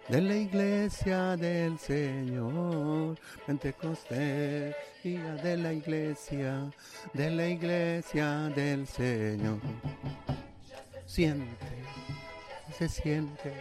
de la iglesia del Señor. Pentecostés, día de la iglesia del Señor. Siente, se siente.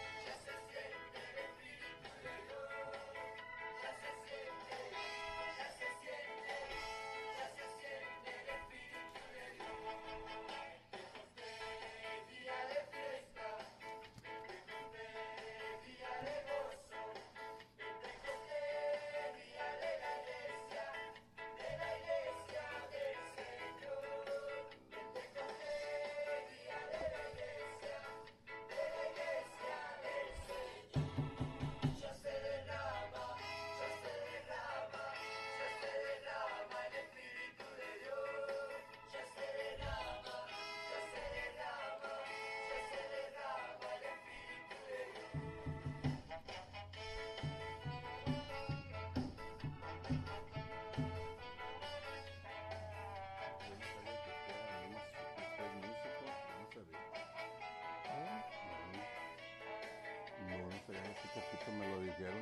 Hace poquito me lo dijeron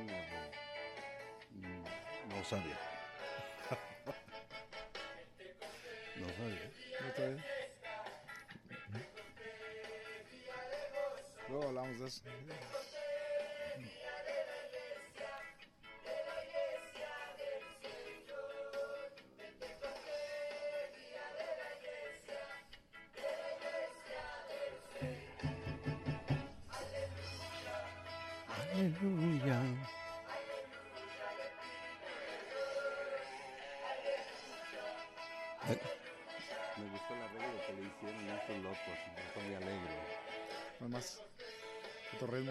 y no sabía. No sabía. ¿No está bien? Luego hablamos de eso. Aleluya. Me gustó el arreglo que le hicieron a estos locos. Estoy muy alegre. Nada más. Otro ritmo.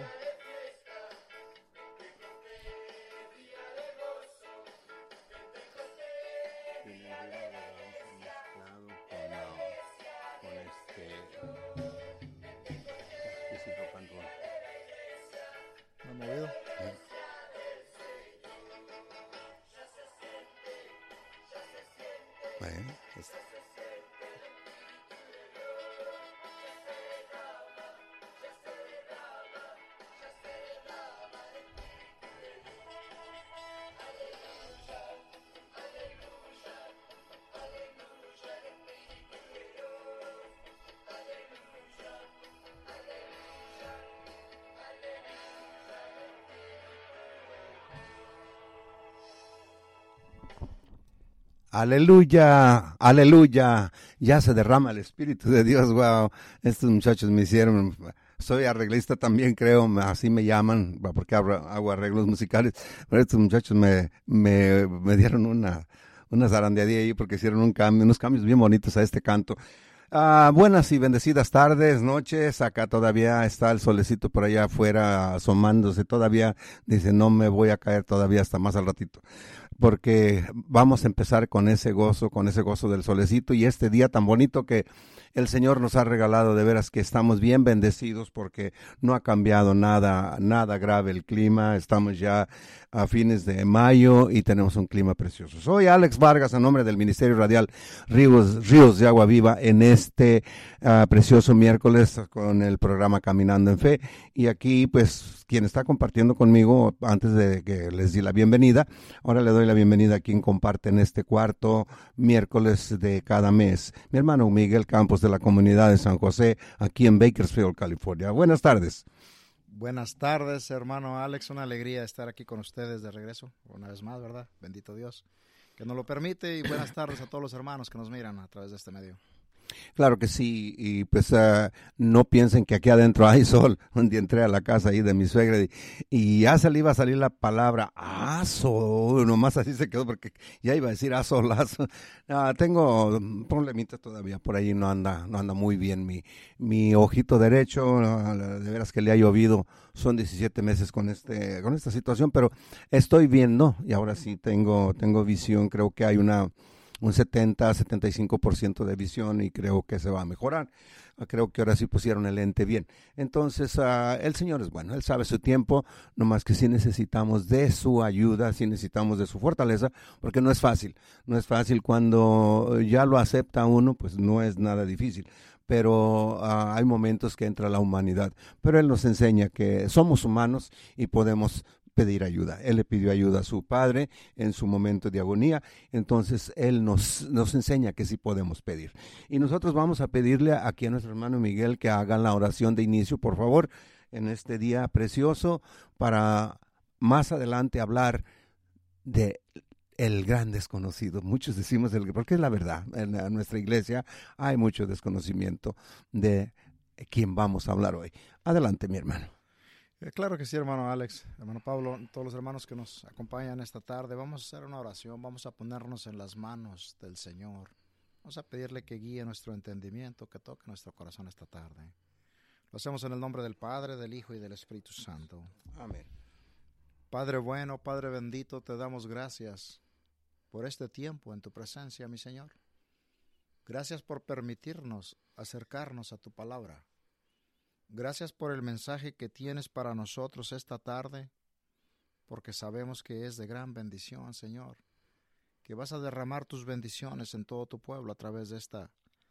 Tiene un ritmo de danza mezclado con ¿qué es rock and roll? ¿Me he movido? Bueno, aleluya, aleluya, ya se derrama el Espíritu de Dios. Wow, estos muchachos me hicieron, soy arreglista también, creo, así me llaman, porque hago arreglos musicales, pero estos muchachos me dieron una zarandeadilla ahí porque hicieron unos cambios bien bonitos a este canto. Buenas y bendecidas tardes, noches. Acá todavía está el solecito por allá afuera asomándose. Todavía dice, no me voy a caer todavía hasta más al ratito, porque vamos a empezar con ese gozo del solecito y este día tan bonito que el Señor nos ha regalado. De veras que estamos bien bendecidos porque no ha cambiado nada grave el clima. Estamos ya a fines de mayo y tenemos un clima precioso. Soy Alex Vargas, a nombre del Ministerio Radial Ríos de Agua Viva, en este precioso miércoles con el programa Caminando en Fe. Y aquí, pues, quien está compartiendo conmigo, antes de que les di la bienvenida, ahora le doy la bienvenida a quien comparte en este cuarto miércoles de cada mes, mi hermano Miguel Campos, de la comunidad de San José, aquí en Bakersfield, California. Buenas tardes. Buenas tardes, hermano Alex. Una alegría estar aquí con ustedes de regreso, una vez más, ¿verdad? Bendito Dios que nos lo permite, y buenas tardes a todos los hermanos que nos miran a través de este medio. Claro que sí, y pues no piensen que aquí adentro hay sol. Un día entré a la casa ahí de mi suegra y ya se le iba a salir la palabra aso, nomás así se quedó porque ya iba a decir asolazo. Tengo problemitas todavía, por ahí no anda muy bien mi ojito derecho. De veras que le ha llovido, son 17 meses con esta situación, pero estoy bien, ¿no? Y ahora sí tengo visión. Creo que hay una un 70-75% de visión y creo que se va a mejorar. Creo que ahora sí pusieron el lente bien. Entonces, el Señor es bueno, Él sabe su tiempo, nomás que sí necesitamos de su ayuda, sí necesitamos de su fortaleza, porque no es fácil. No es fácil cuando ya lo acepta uno, pues no es nada difícil. Pero hay momentos que entra la humanidad. Pero Él nos enseña que somos humanos y podemos pedir ayuda. Él le pidió ayuda a su padre en su momento de agonía, entonces Él nos enseña que sí podemos pedir. Y nosotros vamos a pedirle aquí a nuestro hermano Miguel que haga la oración de inicio, por favor, en este día precioso, para más adelante hablar de el gran desconocido. Muchos decimos, porque es la verdad, en nuestra iglesia hay mucho desconocimiento de quién vamos a hablar hoy. Adelante, mi hermano. Claro que sí, hermano Alex, hermano Pablo, todos los hermanos que nos acompañan esta tarde, vamos a hacer una oración, vamos a ponernos en las manos del Señor. Vamos a pedirle que guíe nuestro entendimiento, que toque nuestro corazón esta tarde. Lo hacemos en el nombre del Padre, del Hijo y del Espíritu Santo. Amén. Padre bueno, Padre bendito, te damos gracias por este tiempo en tu presencia, mi Señor. Gracias por permitirnos acercarnos a tu palabra. Gracias por el mensaje que tienes para nosotros esta tarde, porque sabemos que es de gran bendición, Señor, que vas a derramar tus bendiciones en todo tu pueblo a través de esta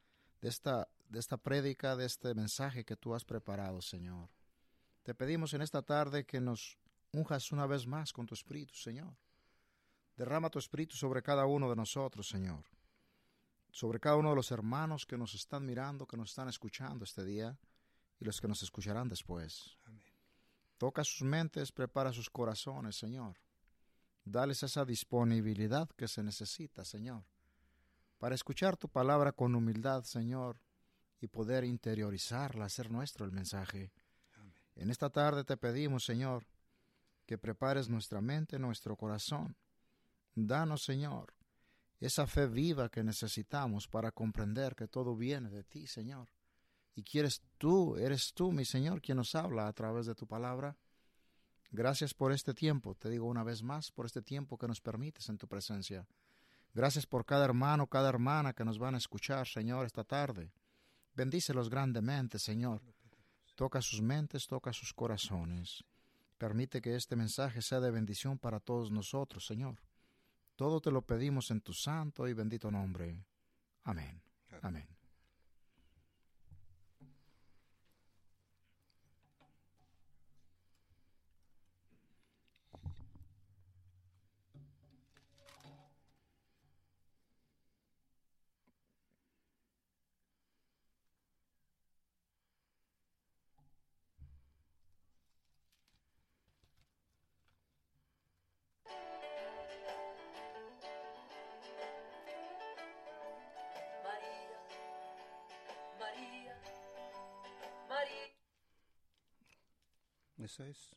prédica, de este mensaje que tú has preparado, Señor. Te pedimos en esta tarde que nos unjas una vez más con tu Espíritu, Señor. Derrama tu Espíritu sobre cada uno de nosotros, Señor, sobre cada uno de los hermanos que nos están mirando, que nos están escuchando este día, y los que nos escucharán después. Amén. Toca sus mentes, prepara sus corazones, Señor. Dales esa disponibilidad que se necesita, Señor, para escuchar tu palabra con humildad, Señor, y poder interiorizarla, hacer nuestro el mensaje. Amén. En esta tarde te pedimos, Señor, que prepares nuestra mente, nuestro corazón. Danos, Señor, esa fe viva que necesitamos para comprender que todo viene de ti, Señor. Y eres tú, mi Señor, quien nos habla a través de tu palabra. Gracias por este tiempo, te digo una vez más, por este tiempo que nos permites en tu presencia. Gracias por cada hermano, cada hermana que nos van a escuchar, Señor, esta tarde. Bendícelos grandemente, Señor. Toca sus mentes, toca sus corazones. Permite que este mensaje sea de bendición para todos nosotros, Señor. Todo te lo pedimos en tu santo y bendito nombre. Amén. Amén. Eso es.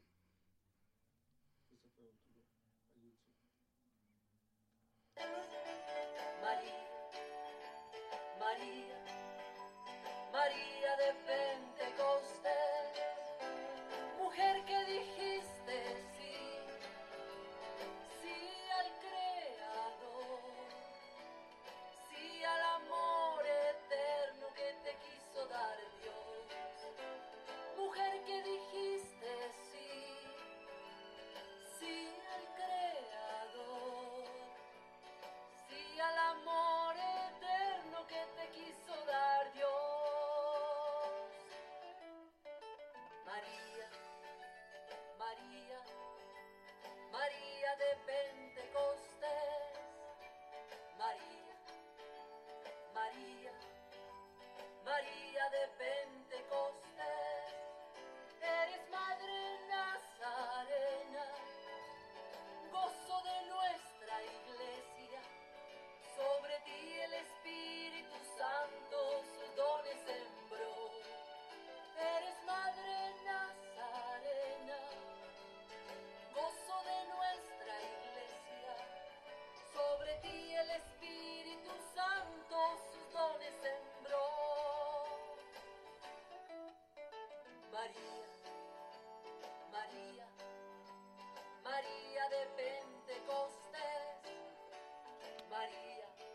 María de Pentecostés, mujer que dijiste sí, sí al Creador, sí al amor eterno que te quiso dar Dios. Mujer que dijiste sí, sí al Creador, sí al amor eterno que te quiso dar Dios. María, María, María de Pentecostés. María, María, María de Pentecostés. Eres madre nazarena, gozo de nuestra iglesia. Sobre ti el Espíritu Santo sus dones sembró. Eres madre nazarena, gozo de nuestra iglesia. Sobre ti el Espíritu Santo sus dones sembró. María, María, María de Pentecostés. María,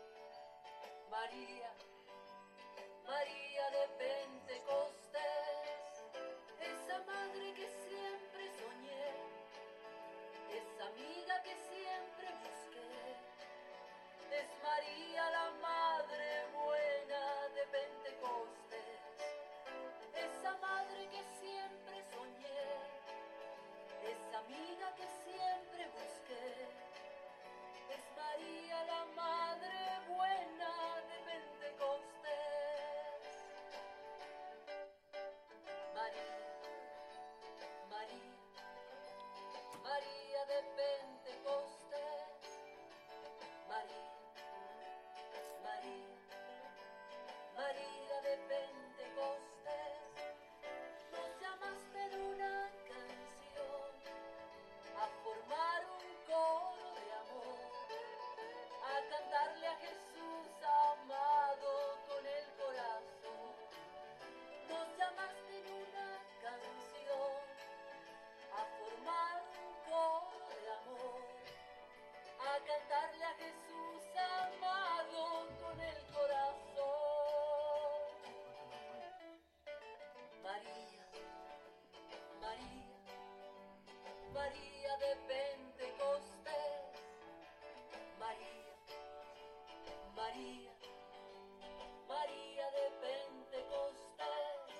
María, María de Pentecostés, esa madre que siempre soñé, esa amiga que siempre busqué, es María la Madre buena de Pentecostés, esa madre que siempre soñé, esa amiga que siempre busqué, es María la Madre buena de Pentecostés. María, María, María de Pentecostés, María, María, María de Pentecostés, nos llamaste en una canción a formar un coro de amor, a cantarle a Jesús amado con el corazón. Nos llamaste en una canción a formar un coro de amor, a cantarle a Jesús amado con el corazón. María, María, María de Pentecostés, María, María, María de Pentecostés.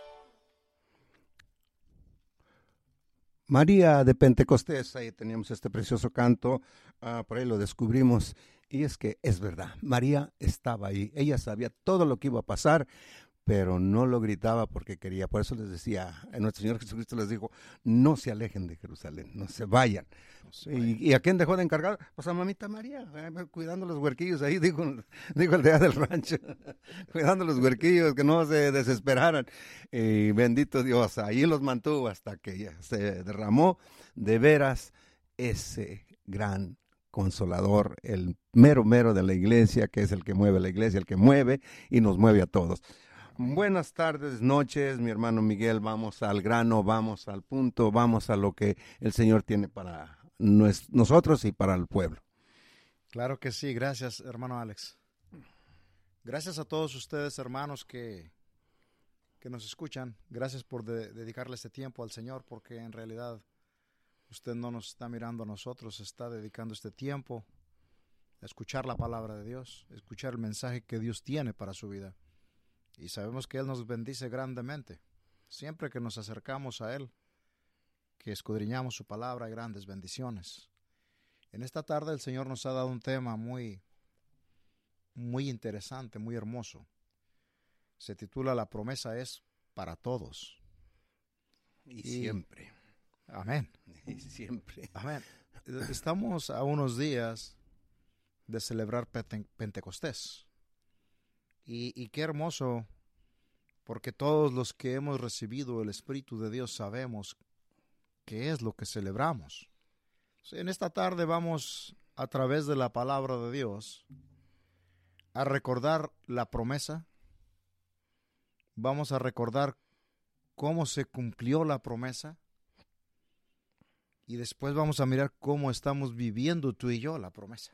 María de Pentecostés, ahí teníamos este precioso canto, por ahí lo descubrimos, y es que es verdad, María estaba ahí, ella sabía todo lo que iba a pasar, pero no lo gritaba porque quería. Por eso les decía, nuestro Señor Jesucristo les dijo, no se alejen de Jerusalén, no se vayan. ¿Y a quién dejó de encargar? Pues a mamita María, cuidando los huerquillos ahí, dijo el de allá del rancho, cuidando los huerquillos, que no se desesperaran. Y bendito Dios, ahí los mantuvo hasta que ya se derramó de veras ese gran Consolador, el mero mero de la iglesia, que es el que mueve la iglesia, el que mueve y nos mueve a todos. Buenas tardes, noches, mi hermano Miguel, vamos al grano, vamos al punto, vamos a lo que el Señor tiene para nosotros y para el pueblo. Claro que sí, gracias, hermano Alex. Gracias a todos ustedes, hermanos, que nos escuchan. Gracias por dedicarle este tiempo al Señor, porque en realidad usted no nos está mirando a nosotros, está dedicando este tiempo a escuchar la palabra de Dios, a escuchar el mensaje que Dios tiene para su vida. Y sabemos que Él nos bendice grandemente. Siempre que nos acercamos a Él, que escudriñamos su palabra, hay grandes bendiciones. En esta tarde el Señor nos ha dado un tema muy, muy interesante, muy hermoso. Se titula La promesa es para todos. Y siempre. Amén. Y siempre. Amén. Estamos a unos días de celebrar Pentecostés. Y qué hermoso, porque todos los que hemos recibido el Espíritu de Dios sabemos qué es lo que celebramos. En esta tarde vamos, a través de la palabra de Dios, a recordar la promesa. Vamos a recordar cómo se cumplió la promesa. Y después vamos a mirar cómo estamos viviendo tú y yo la promesa.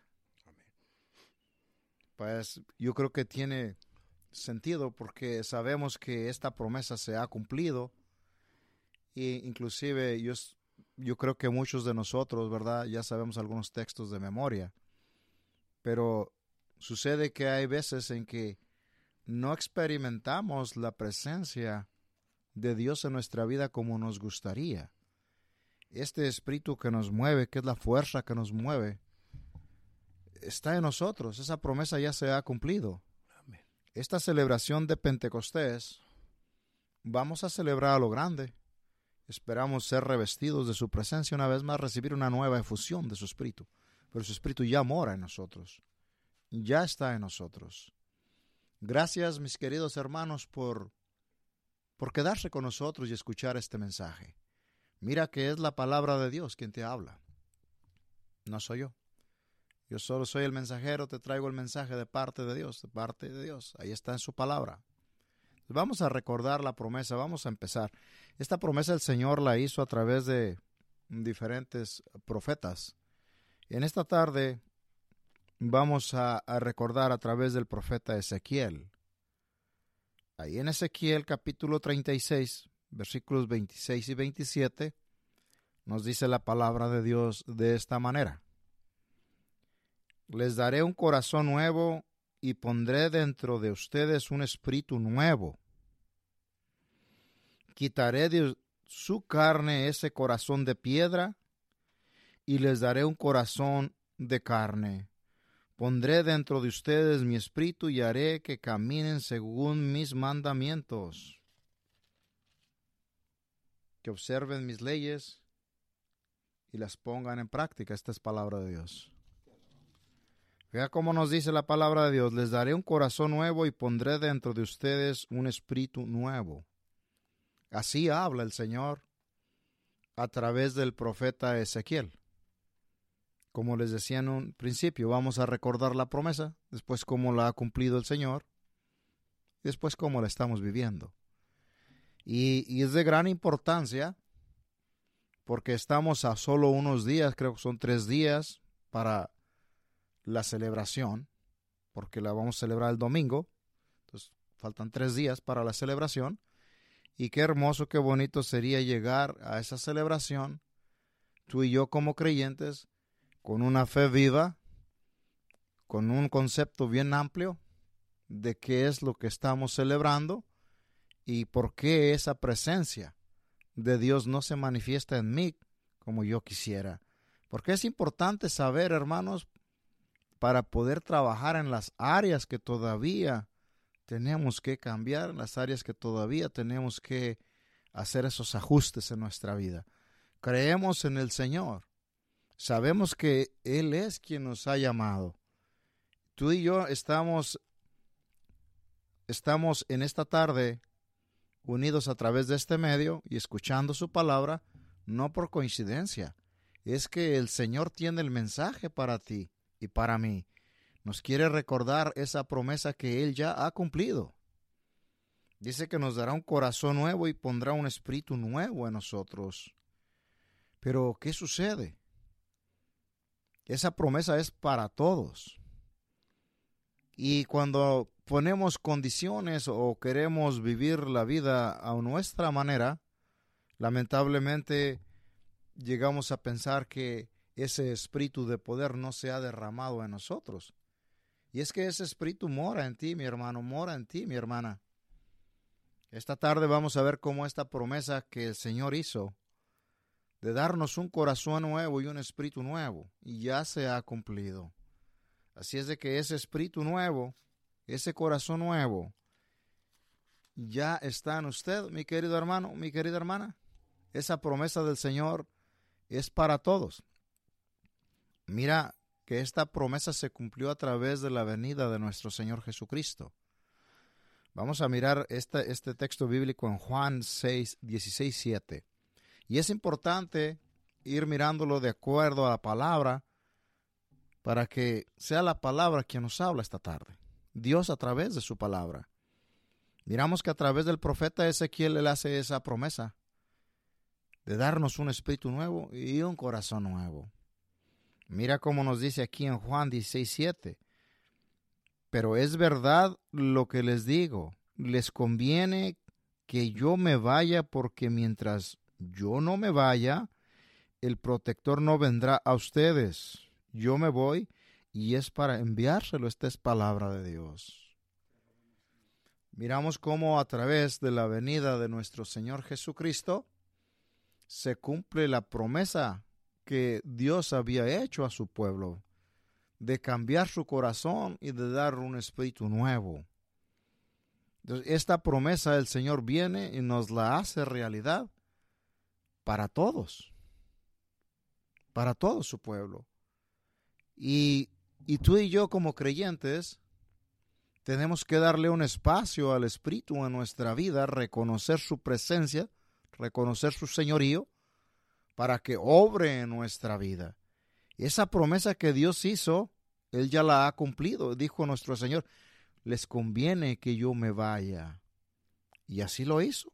Pues yo creo que tiene sentido porque sabemos que esta promesa se ha cumplido. E inclusive yo creo que muchos de nosotros, ¿verdad? Ya sabemos algunos textos de memoria. Pero sucede que hay veces en que no experimentamos la presencia de Dios en nuestra vida como nos gustaría. Este espíritu que nos mueve, que es la fuerza que nos mueve, está en nosotros. Esa promesa ya se ha cumplido. Amén. Esta celebración de Pentecostés, vamos a celebrar a lo grande. Esperamos ser revestidos de su presencia una vez más, recibir una nueva efusión de su espíritu. Pero su espíritu ya mora en nosotros. Ya está en nosotros. Gracias, mis queridos hermanos, por quedarse con nosotros y escuchar este mensaje. Mira que es la palabra de Dios quien te habla. No soy yo. Yo solo soy el mensajero, te traigo el mensaje de parte de Dios, de parte de Dios. Ahí está en su palabra. Vamos a recordar la promesa, vamos a empezar. Esta promesa el Señor la hizo a través de diferentes profetas. En esta tarde vamos a recordar a través del profeta Ezequiel. Ahí en Ezequiel capítulo 36, versículos 26 y 27, nos dice la palabra de Dios de esta manera. Les daré un corazón nuevo y pondré dentro de ustedes un espíritu nuevo. Quitaré de su carne ese corazón de piedra y les daré un corazón de carne. Pondré dentro de ustedes mi espíritu y haré que caminen según mis mandamientos, que observen mis leyes y las pongan en práctica. Esta es palabra de Dios. Vea cómo nos dice la palabra de Dios. Les daré un corazón nuevo y pondré dentro de ustedes un espíritu nuevo. Así habla el Señor a través del profeta Ezequiel. Como les decía en un principio, vamos a recordar la promesa, después cómo la ha cumplido el Señor, después cómo la estamos viviendo. Y es de gran importancia porque estamos a solo unos días, creo que son 3 días para la celebración, porque la vamos a celebrar el domingo, entonces faltan 3 días para la celebración, y qué hermoso, qué bonito sería llegar a esa celebración, tú y yo como creyentes, con una fe viva, con un concepto bien amplio de qué es lo que estamos celebrando y por qué esa presencia de Dios no se manifiesta en mí como yo quisiera. Porque es importante saber, hermanos, para poder trabajar en las áreas que todavía tenemos que cambiar, en las áreas que todavía tenemos que hacer esos ajustes en nuestra vida. Creemos en el Señor. Sabemos que Él es quien nos ha llamado. Tú y yo estamos en esta tarde unidos a través de este medio y escuchando su palabra, no por coincidencia. Es que el Señor tiene el mensaje para ti y para mí. Nos quiere recordar esa promesa que Él ya ha cumplido. Dice que nos dará un corazón nuevo y pondrá un espíritu nuevo en nosotros. Pero, ¿qué sucede? Esa promesa es para todos. Y cuando ponemos condiciones o queremos vivir la vida a nuestra manera, lamentablemente llegamos a pensar que ese espíritu de poder no se ha derramado en nosotros. Y es que ese espíritu mora en ti, mi hermano, mora en ti, mi hermana. Esta tarde vamos a ver cómo esta promesa que el Señor hizo de darnos un corazón nuevo y un espíritu nuevo, y ya se ha cumplido. Así es de que ese espíritu nuevo, ese corazón nuevo, ya está en usted, mi querido hermano, mi querida hermana. Esa promesa del Señor es para todos. Mira que esta promesa se cumplió a través de la venida de nuestro Señor Jesucristo. Vamos a mirar este texto bíblico en Juan 6, 16, 7. Y es importante ir mirándolo de acuerdo a la palabra para que sea la palabra quien nos habla esta tarde. Dios a través de su palabra. Miramos que a través del profeta Ezequiel Él hace esa promesa de darnos un espíritu nuevo y un corazón nuevo. Mira cómo nos dice aquí en Juan 16, 7. Pero es verdad lo que les digo. Les conviene que yo me vaya porque mientras yo no me vaya, el protector no vendrá a ustedes. Yo me voy y es para enviárselo. Esta es palabra de Dios. Miramos cómo a través de la venida de nuestro Señor Jesucristo se cumple la promesa que Dios había hecho a su pueblo de cambiar su corazón y de dar un espíritu nuevo. Entonces, esta promesa del Señor viene y nos la hace realidad para todo su pueblo. Y tú y yo como creyentes tenemos que darle un espacio al Espíritu en nuestra vida, reconocer su presencia, reconocer su señorío, para que obre en nuestra vida. Esa promesa que Dios hizo, Él ya la ha cumplido. Dijo nuestro Señor, les conviene que yo me vaya. Y así lo hizo.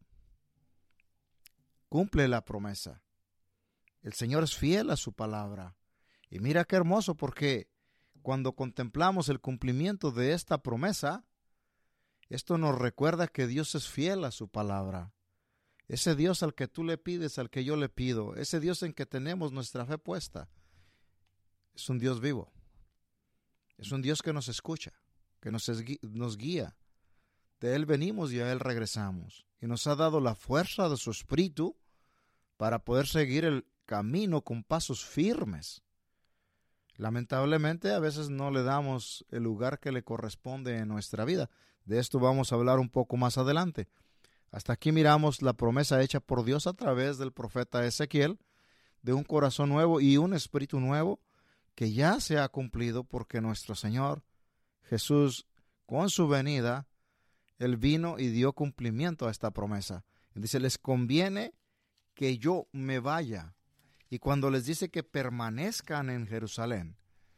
Cumple la promesa. El Señor es fiel a su palabra. Y mira qué hermoso, porque cuando contemplamos el cumplimiento de esta promesa, esto nos recuerda que Dios es fiel a su palabra. Ese Dios al que tú le pides, al que yo le pido, ese Dios en que tenemos nuestra fe puesta, es un Dios vivo. Es un Dios que nos escucha, que nos guía. De Él venimos y a Él regresamos. Y nos ha dado la fuerza de su Espíritu para poder seguir el camino con pasos firmes. Lamentablemente, a veces no le damos el lugar que le corresponde en nuestra vida. De esto vamos a hablar un poco más adelante. Hasta aquí miramos la promesa hecha por Dios a través del profeta Ezequiel, de un corazón nuevo y un espíritu nuevo que ya se ha cumplido, porque nuestro Señor Jesús, con su venida, Él vino y dio cumplimiento a esta promesa. Él dice, les conviene que yo me vaya. Y cuando les dice que permanezcan en Jerusalén,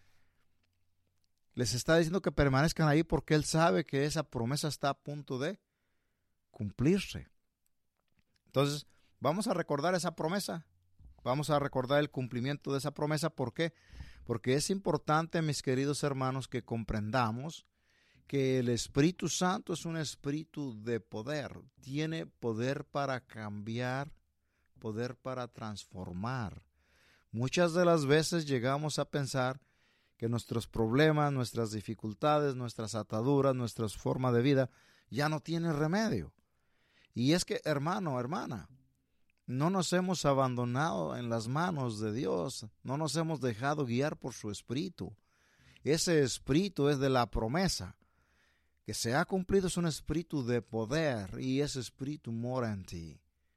les está diciendo que permanezcan ahí porque Él sabe que esa promesa está a punto de cumplirse. Entonces, vamos a recordar esa promesa. Vamos a recordar el cumplimiento de esa promesa. ¿Por qué? Porque es importante, mis queridos hermanos, que comprendamos que el Espíritu Santo es un espíritu de poder. Tiene poder para cambiar, poder para transformar. Muchas de las veces llegamos a pensar que nuestros problemas, nuestras dificultades, nuestras ataduras, nuestra forma de vida ya no tienen remedio. Y es que, hermano, hermana, no nos hemos abandonado en las manos de Dios, no nos hemos dejado guiar por su Espíritu. Ese Espíritu es de la promesa que se ha cumplido, es un Espíritu de poder y ese Espíritu mora en ti.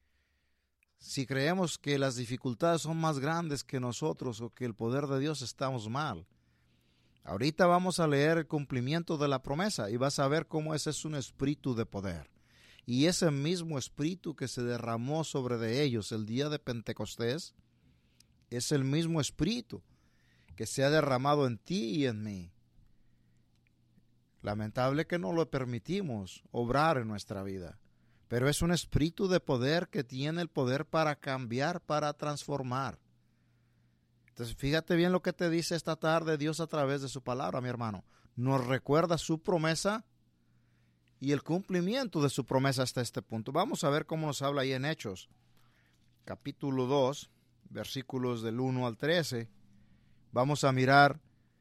Si creemos que las dificultades son más grandes que nosotros o que el poder de Dios, estamos mal. Ahorita vamos a leer el cumplimiento de la promesa y vas a ver cómo ese es un espíritu de poder. Y ese mismo espíritu que se derramó sobre de ellos el día de Pentecostés es el mismo espíritu que se ha derramado en ti y en mí. Lamentable que no lo permitimos obrar en nuestra vida, pero es un espíritu de poder que tiene el poder para cambiar, para transformar. Entonces, fíjate bien lo que te dice esta tarde Dios a través de su palabra, mi hermano. Nos recuerda su promesa y el cumplimiento de su promesa hasta este punto. Vamos a ver cómo nos habla ahí en Hechos, capítulo 2, versículos del 1 al 13. Vamos a mirar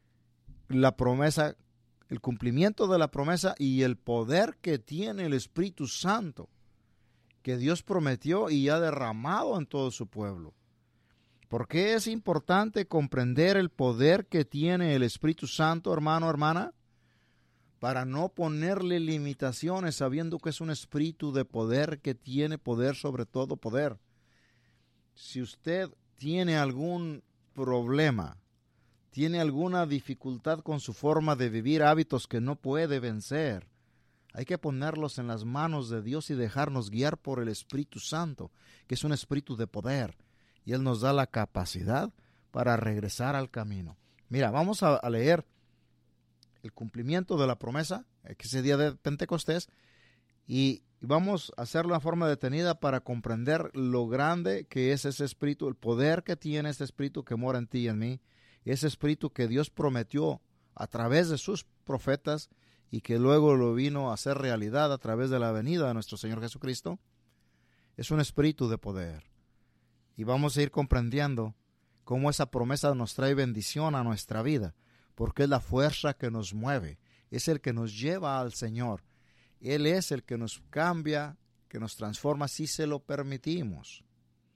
la promesa, el cumplimiento de la promesa y el poder que tiene el Espíritu Santo, que Dios prometió y ha derramado en todo su pueblo. ¿Por qué es importante comprender el poder que tiene el Espíritu Santo, hermano, hermana? Para no ponerle limitaciones, sabiendo que es un espíritu de poder que tiene poder sobre todo poder. Si usted tiene algún problema, tiene alguna dificultad con su forma de vivir, hábitos que no puede vencer, hay que ponerlos en las manos de Dios y dejarnos guiar por el Espíritu Santo, que es un espíritu de poder. Y Él nos da la capacidad para regresar al camino. Mira, vamos a leer el cumplimiento de la promesa, que ese día de Pentecostés, y vamos a hacerlo en forma detenida para comprender lo grande que es ese espíritu, el poder que tiene este espíritu que mora en ti y en mí, ese espíritu que Dios prometió a través de sus profetas y que luego lo vino a hacer realidad a través de la venida de nuestro Señor Jesucristo. Es un espíritu de poder. Y vamos a ir comprendiendo cómo esa promesa nos trae bendición a nuestra vida, porque es la fuerza que nos mueve, es el que nos lleva al Señor. Él es el que nos cambia, que nos transforma si se lo permitimos.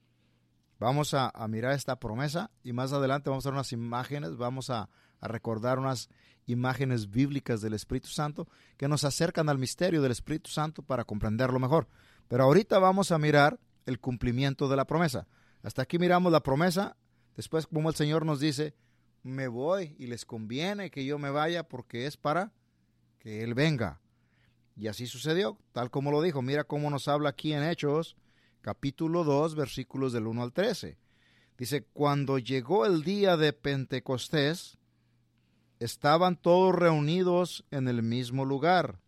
Vamos a mirar esta promesa y más adelante vamos a ver unas imágenes, vamos a recordar unas imágenes bíblicas del Espíritu Santo que nos acercan al misterio del Espíritu Santo para comprenderlo mejor. Pero ahorita vamos a mirar el cumplimiento de la promesa. Hasta aquí miramos la promesa, después como el Señor nos dice, me voy y les conviene que yo me vaya porque es para que Él venga. Y así sucedió, tal como lo dijo. Mira cómo nos habla aquí en Hechos, capítulo 2, versículos del 1 al 13. Dice, cuando llegó el día de Pentecostés, estaban todos reunidos en el mismo lugar.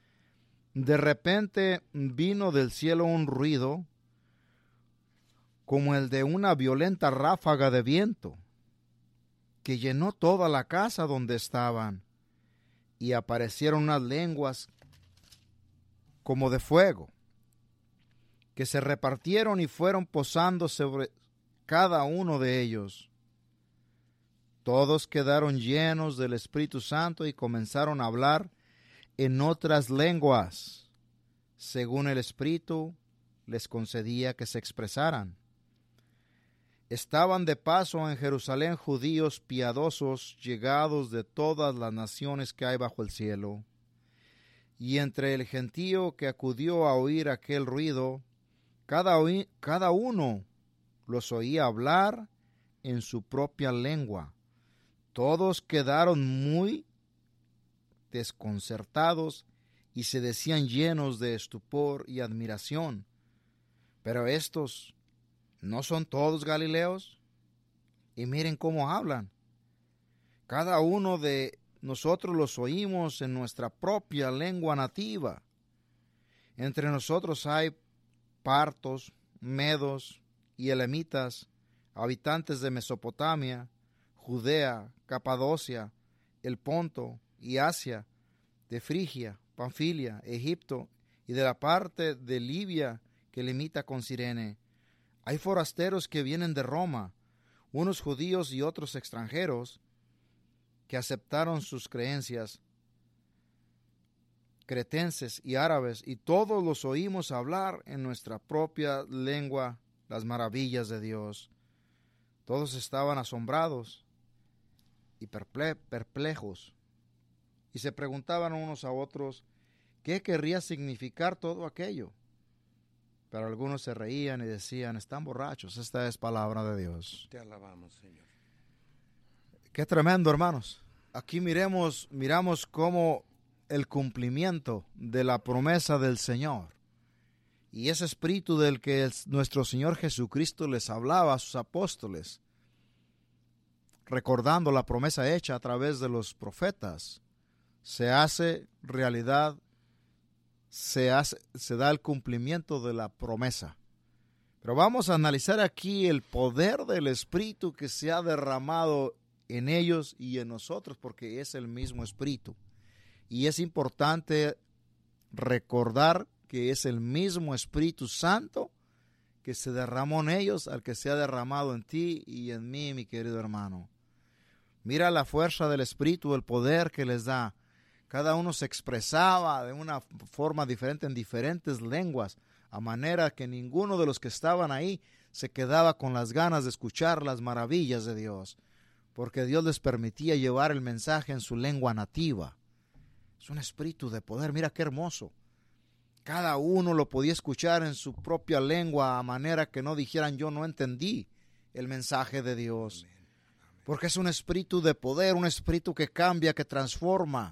De repente vino del cielo un ruido como el de una violenta ráfaga de viento, que llenó toda la casa donde estaban, y aparecieron unas lenguas como de fuego, que se repartieron y fueron posando sobre cada uno de ellos. Todos quedaron llenos del Espíritu Santo y comenzaron a hablar en otras lenguas, según el Espíritu les concedía que se expresaran. Estaban de paso en Jerusalén judíos piadosos, llegados de todas las naciones que hay bajo el cielo. Y entre el gentío que acudió a oír aquel ruido, cada uno los oía hablar en su propia lengua. Todos quedaron muy desconcertados y se decían llenos de estupor y admiración. Pero estos, ¿no son todos galileos? Y miren cómo hablan. Cada uno de nosotros los oímos en nuestra propia lengua nativa. Entre nosotros hay partos, medos y elamitas, habitantes de Mesopotamia, Judea, Capadocia, el Ponto y Asia, de Frigia, Panfilia, Egipto y de la parte de Libia que limita con Cirene. Hay forasteros que vienen de Roma, unos judíos y otros extranjeros que aceptaron sus creencias, cretenses y árabes, y todos los oímos hablar en nuestra propia lengua las maravillas de Dios. Todos estaban asombrados y perplejos, y se preguntaban unos a otros qué querría significar todo aquello. Pero algunos se reían y decían, están borrachos, esta es palabra de Dios. Te alabamos, Señor. Qué tremendo, hermanos. Aquí miramos cómo el cumplimiento de la promesa del Señor y ese espíritu del que nuestro Señor Jesucristo les hablaba a sus apóstoles, recordando la promesa hecha a través de los profetas, se hace realidad, se da el cumplimiento de la promesa. Pero vamos a analizar aquí el poder del Espíritu que se ha derramado en ellos y en nosotros, porque es el mismo Espíritu. Y es importante recordar que es el mismo Espíritu Santo que se derramó en ellos, al que se ha derramado en ti y en mí, mi querido hermano. Mira la fuerza del Espíritu, el poder que les da. Cada uno se expresaba de una forma diferente en diferentes lenguas, a manera que ninguno de los que estaban ahí se quedaba con las ganas de escuchar las maravillas de Dios, porque Dios les permitía llevar el mensaje en su lengua nativa. Es un espíritu de poder, mira qué hermoso. Cada uno lo podía escuchar en su propia lengua, a manera que no dijeran yo no entendí el mensaje de Dios. Porque es un espíritu de poder, un espíritu que cambia, que transforma.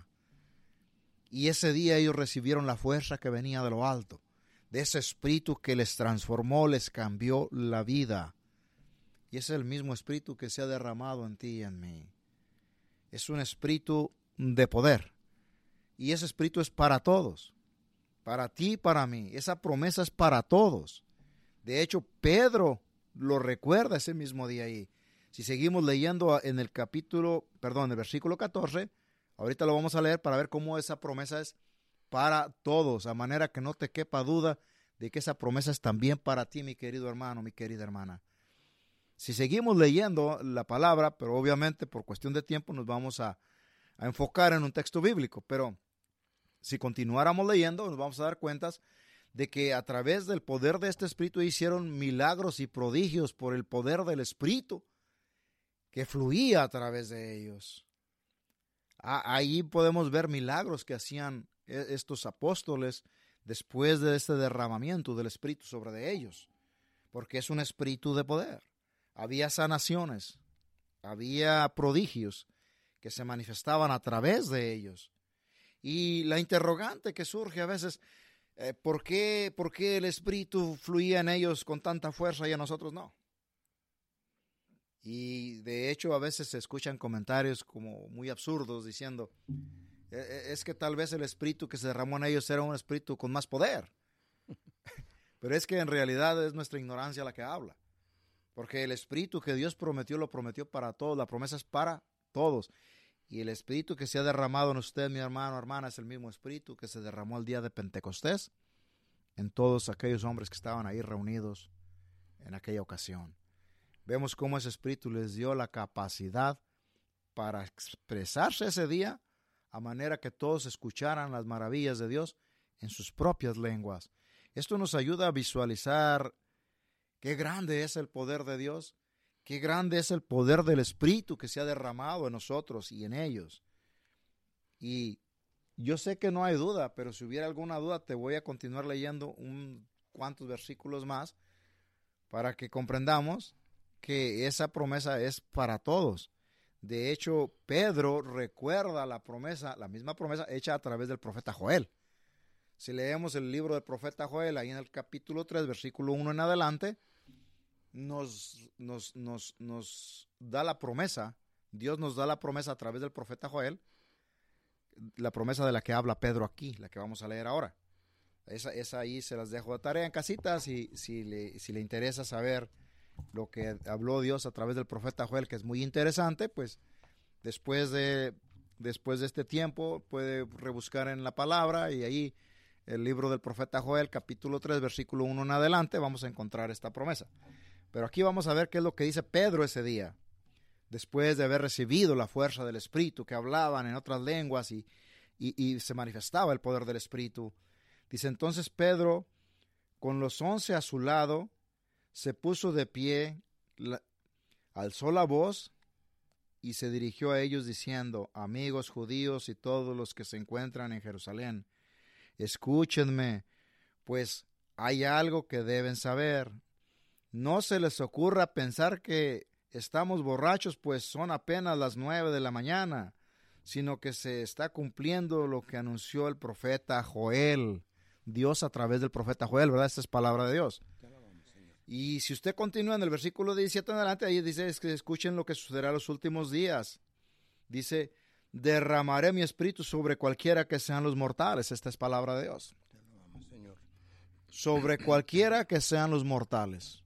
Y ese día ellos recibieron la fuerza que venía de lo alto, de ese espíritu que les transformó, les cambió la vida. Y es el mismo espíritu que se ha derramado en ti y en mí. Es un espíritu de poder. Y ese espíritu es para todos, para ti y para mí. Esa promesa es para todos. De hecho, Pedro lo recuerda ese mismo día ahí. Si seguimos leyendo en el versículo 14, ahorita lo vamos a leer para ver cómo esa promesa es para todos, a manera que no te quepa duda de que esa promesa es también para ti, mi querido hermano, mi querida hermana. Si seguimos leyendo la palabra, pero obviamente por cuestión de tiempo nos vamos a enfocar en un texto bíblico, pero si continuáramos leyendo nos vamos a dar cuenta de que a través del poder de este Espíritu hicieron milagros y prodigios por el poder del Espíritu que fluía a través de ellos. Ahí podemos ver milagros que hacían estos apóstoles después de este derramamiento del Espíritu sobre ellos, porque es un espíritu de poder. Había sanaciones, había prodigios que se manifestaban a través de ellos. Y la interrogante que surge a veces, ¿por qué el Espíritu fluía en ellos con tanta fuerza y a nosotros no? Y de hecho a veces se escuchan comentarios como muy absurdos diciendo, es que tal vez el Espíritu que se derramó en ellos era un espíritu con más poder. Pero es que en realidad es nuestra ignorancia la que habla. Porque el Espíritu que Dios prometió, lo prometió para todos. La promesa es para todos. Y el Espíritu que se ha derramado en usted, mi hermano, hermana, es el mismo Espíritu que se derramó el día de Pentecostés en todos aquellos hombres que estaban ahí reunidos en aquella ocasión. Vemos cómo ese Espíritu les dio la capacidad para expresarse ese día a manera que todos escucharan las maravillas de Dios en sus propias lenguas. Esto nos ayuda a visualizar qué grande es el poder de Dios, qué grande es el poder del Espíritu que se ha derramado en nosotros y en ellos. Y yo sé que no hay duda, pero si hubiera alguna duda, te voy a continuar leyendo cuantos versículos más para que comprendamos que esa promesa es para todos. De hecho, Pedro recuerda la promesa, la misma promesa hecha a través del profeta Joel. Si leemos el libro del profeta Joel, ahí en el capítulo 3, versículo 1 en adelante, nos da la promesa, Dios nos da la promesa a través del profeta Joel, la promesa de la que habla Pedro aquí, la que vamos a leer ahora. Esa ahí se las dejo de tarea en casita, si le interesa saber lo que habló Dios a través del profeta Joel, que es muy interesante, pues después de este tiempo puede rebuscar en la palabra y ahí el libro del profeta Joel, capítulo 3, versículo 1 en adelante, vamos a encontrar esta promesa. Pero aquí vamos a ver qué es lo que dice Pedro ese día, después de haber recibido la fuerza del Espíritu, que hablaban en otras lenguas y se manifestaba el poder del Espíritu. Dice, entonces Pedro, con los 11 a su lado, se puso de pie, alzó la voz y se dirigió a ellos diciendo, amigos judíos y todos los que se encuentran en Jerusalén, escúchenme, pues hay algo que deben saber. No se les ocurra pensar que estamos borrachos, pues son apenas las 9 de la mañana, sino que se está cumpliendo lo que anunció el profeta Joel. Dios a través del profeta Joel, ¿verdad? Esta es palabra de Dios. Y si usted continúa en el versículo 17 en adelante, ahí dice, es que escuchen lo que sucederá en los últimos días. Dice, derramaré mi espíritu sobre cualquiera que sean los mortales. Esta es palabra de Dios. Sobre cualquiera que sean los mortales.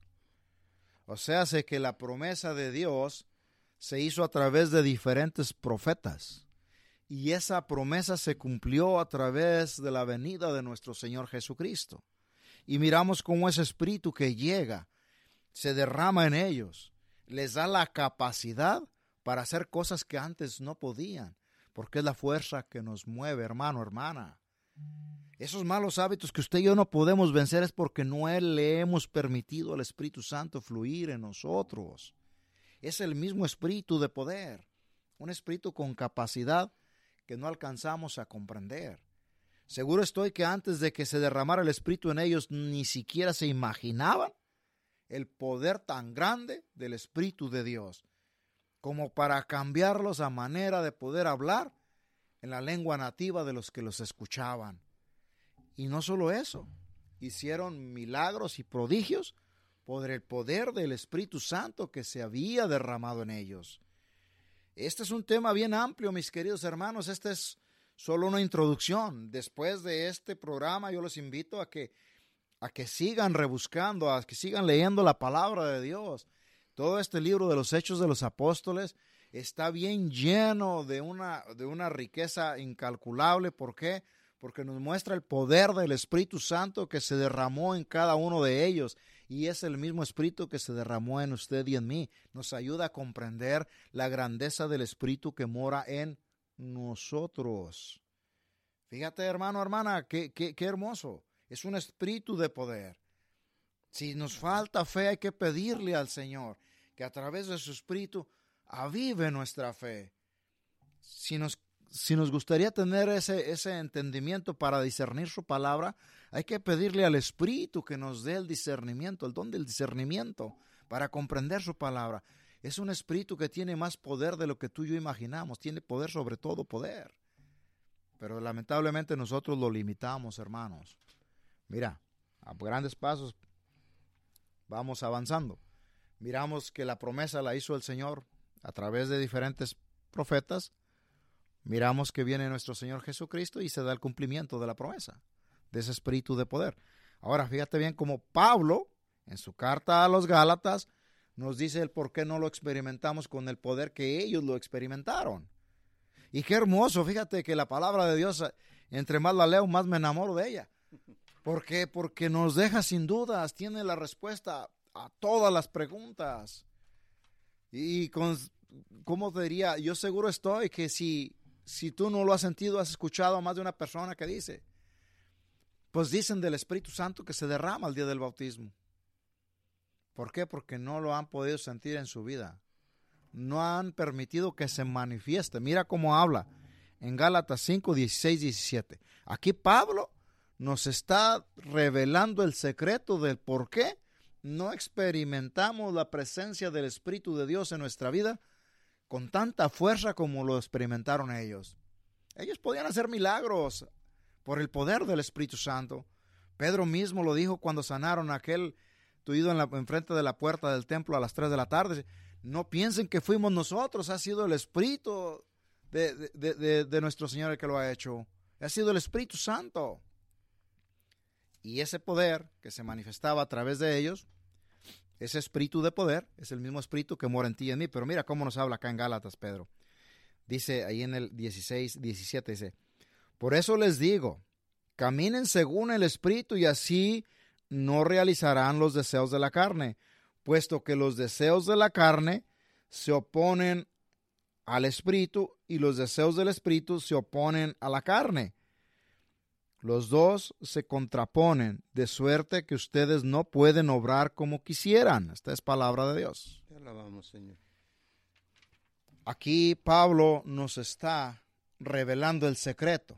O sea, sé que la promesa de Dios se hizo a través de diferentes profetas. Y esa promesa se cumplió a través de la venida de nuestro Señor Jesucristo. Y miramos cómo ese espíritu que llega, se derrama en ellos, les da la capacidad para hacer cosas que antes no podían, porque es la fuerza que nos mueve, hermano, hermana. Esos malos hábitos que usted y yo no podemos vencer es porque no le hemos permitido al Espíritu Santo fluir en nosotros. Es el mismo espíritu de poder, un espíritu con capacidad que no alcanzamos a comprender. Seguro estoy que antes de que se derramara el Espíritu en ellos, ni siquiera se imaginaban el poder tan grande del Espíritu de Dios, como para cambiarlos a manera de poder hablar en la lengua nativa de los que los escuchaban. Y no solo eso, hicieron milagros y prodigios por el poder del Espíritu Santo que se había derramado en ellos. Este es un tema bien amplio, mis queridos hermanos. Este es solo una introducción. Después de este programa yo los invito a que sigan rebuscando, a que sigan leyendo la palabra de Dios. Todo este libro de los Hechos de los Apóstoles está bien lleno de una riqueza incalculable. ¿Por qué? Porque nos muestra el poder del Espíritu Santo que se derramó en cada uno de ellos. Y es el mismo Espíritu que se derramó en usted y en mí. Nos ayuda a comprender la grandeza del Espíritu que mora en nosotros. Fíjate, hermano, hermana, qué hermoso. Es un espíritu de poder. Si nos falta fe, hay que pedirle al Señor que a través de su espíritu avive nuestra fe. Si nos gustaría tener ese entendimiento para discernir su palabra, hay que pedirle al Espíritu que nos dé el discernimiento, el don del discernimiento para comprender su palabra. Es un espíritu que tiene más poder de lo que tú y yo imaginamos. Tiene poder sobre todo poder. Pero lamentablemente nosotros lo limitamos, hermanos. Mira, a grandes pasos vamos avanzando. Miramos que la promesa la hizo el Señor a través de diferentes profetas. Miramos que viene nuestro Señor Jesucristo y se da el cumplimiento de la promesa, de ese espíritu de poder. Ahora, fíjate bien cómo Pablo, en su carta a los Gálatas, nos dice el por qué no lo experimentamos con el poder que ellos lo experimentaron. Y qué hermoso, fíjate que la palabra de Dios, entre más la leo, más me enamoro de ella. ¿Por qué? Porque nos deja sin dudas, tiene la respuesta a todas las preguntas. Y ¿cómo te diría? Yo seguro estoy que si tú no lo has sentido, has escuchado a más de una persona que dice, pues dicen del Espíritu Santo que se derrama el día del bautismo. ¿Por qué? Porque no lo han podido sentir en su vida. No han permitido que se manifieste. Mira cómo habla en Gálatas 5, 16, 17. Aquí Pablo nos está revelando el secreto del por qué no experimentamos la presencia del Espíritu de Dios en nuestra vida con tanta fuerza como lo experimentaron ellos. Ellos podían hacer milagros por el poder del Espíritu Santo. Pedro mismo lo dijo cuando sanaron a aquel tuido enfrente de la puerta del templo a las 3 de la tarde. No piensen que fuimos nosotros, ha sido el Espíritu de nuestro Señor el que lo ha hecho. Ha sido el Espíritu Santo. Y ese poder que se manifestaba a través de ellos, ese espíritu de poder, es el mismo espíritu que mora en ti y en mí. Pero mira cómo nos habla acá en Gálatas, Pedro. Dice ahí en el 16, 17, dice, por eso les digo, caminen según el espíritu y así no realizarán los deseos de la carne, puesto que los deseos de la carne se oponen al espíritu y los deseos del espíritu se oponen a la carne. Los dos se contraponen, de suerte que ustedes no pueden obrar como quisieran. Esta es palabra de Dios. Te alabamos, Señor. Aquí Pablo nos está revelando el secreto.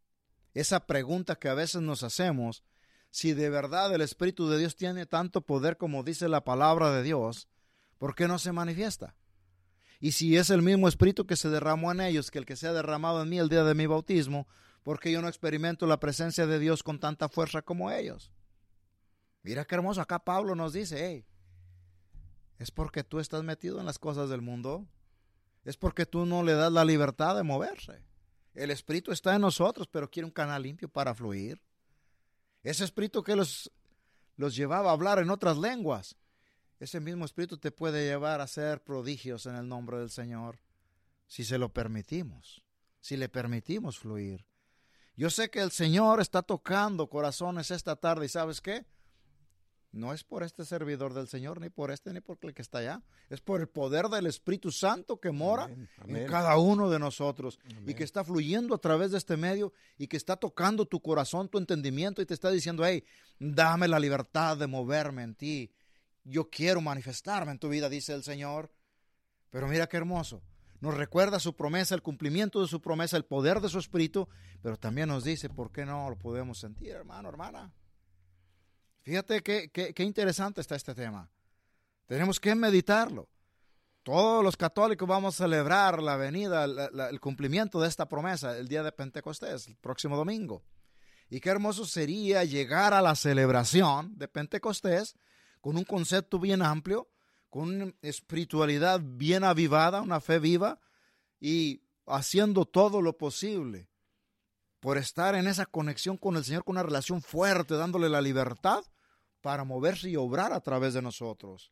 Esa pregunta que a veces nos hacemos, si de verdad el Espíritu de Dios tiene tanto poder como dice la palabra de Dios, ¿por qué no se manifiesta? Y si es el mismo Espíritu que se derramó en ellos, que el que se ha derramado en mí el día de mi bautismo, ¿por qué yo no experimento la presencia de Dios con tanta fuerza como ellos? Mira qué hermoso, acá Pablo nos dice, hey, es porque tú estás metido en las cosas del mundo, es porque tú no le das la libertad de moverse. El Espíritu está en nosotros, pero quiere un canal limpio para fluir. Ese Espíritu que los llevaba a hablar en otras lenguas, ese mismo Espíritu te puede llevar a hacer prodigios en el nombre del Señor, si se lo permitimos, si le permitimos fluir. Yo sé que el Señor está tocando corazones esta tarde, y ¿sabes qué? No es por este servidor del Señor, ni por este, ni por el que está allá. Es por el poder del Espíritu Santo que mora en cada uno de nosotros. Amén. Y que está fluyendo a través de este medio y que está tocando tu corazón, tu entendimiento y te está diciendo, hey, dame la libertad de moverme en ti. Yo quiero manifestarme en tu vida, dice el Señor. Pero mira qué hermoso. Nos recuerda su promesa, el cumplimiento de su promesa, el poder de su Espíritu, pero también nos dice por qué no lo podemos sentir, hermano, hermana. Fíjate qué interesante está este tema. Tenemos que meditarlo. Todos los católicos vamos a celebrar la venida, el cumplimiento de esta promesa el día de Pentecostés, el próximo domingo. Y qué hermoso sería llegar a la celebración de Pentecostés con un concepto bien amplio, con una espiritualidad bien avivada, una fe viva y haciendo todo lo posible por estar en esa conexión con el Señor, con una relación fuerte, dándole la libertad para moverse y obrar a través de nosotros.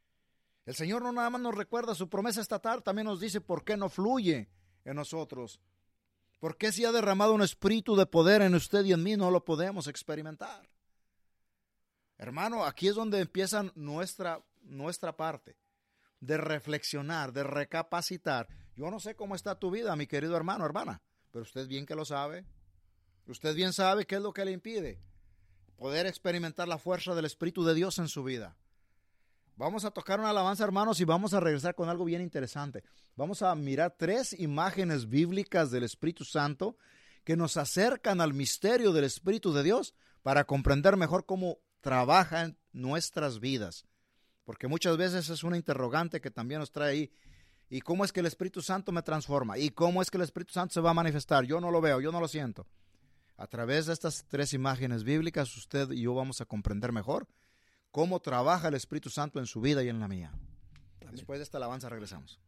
El Señor no nada más nos recuerda su promesa esta tarde, también nos dice por qué no fluye en nosotros. ¿Por qué si ha derramado un espíritu de poder en usted y en mí no lo podemos experimentar? Hermano, aquí es donde empieza nuestra parte de reflexionar, de recapacitar. Yo no sé cómo está tu vida, mi querido hermano, hermana, pero usted bien que lo sabe. Usted bien sabe qué es lo que le impide poder experimentar la fuerza del Espíritu de Dios en su vida. Vamos a tocar una alabanza, hermanos, y vamos a regresar con algo bien interesante. Vamos a mirar 3 imágenes bíblicas del Espíritu Santo que nos acercan al misterio del Espíritu de Dios para comprender mejor cómo trabaja en nuestras vidas. Porque muchas veces es una interrogante que también nos trae ahí. ¿Y cómo es que el Espíritu Santo me transforma? ¿Y cómo es que el Espíritu Santo se va a manifestar? Yo no lo veo, yo no lo siento. A través de estas 3 imágenes bíblicas, usted y yo vamos a comprender mejor cómo trabaja el Espíritu Santo en su vida y en la mía. Amén. Después de esta alabanza regresamos.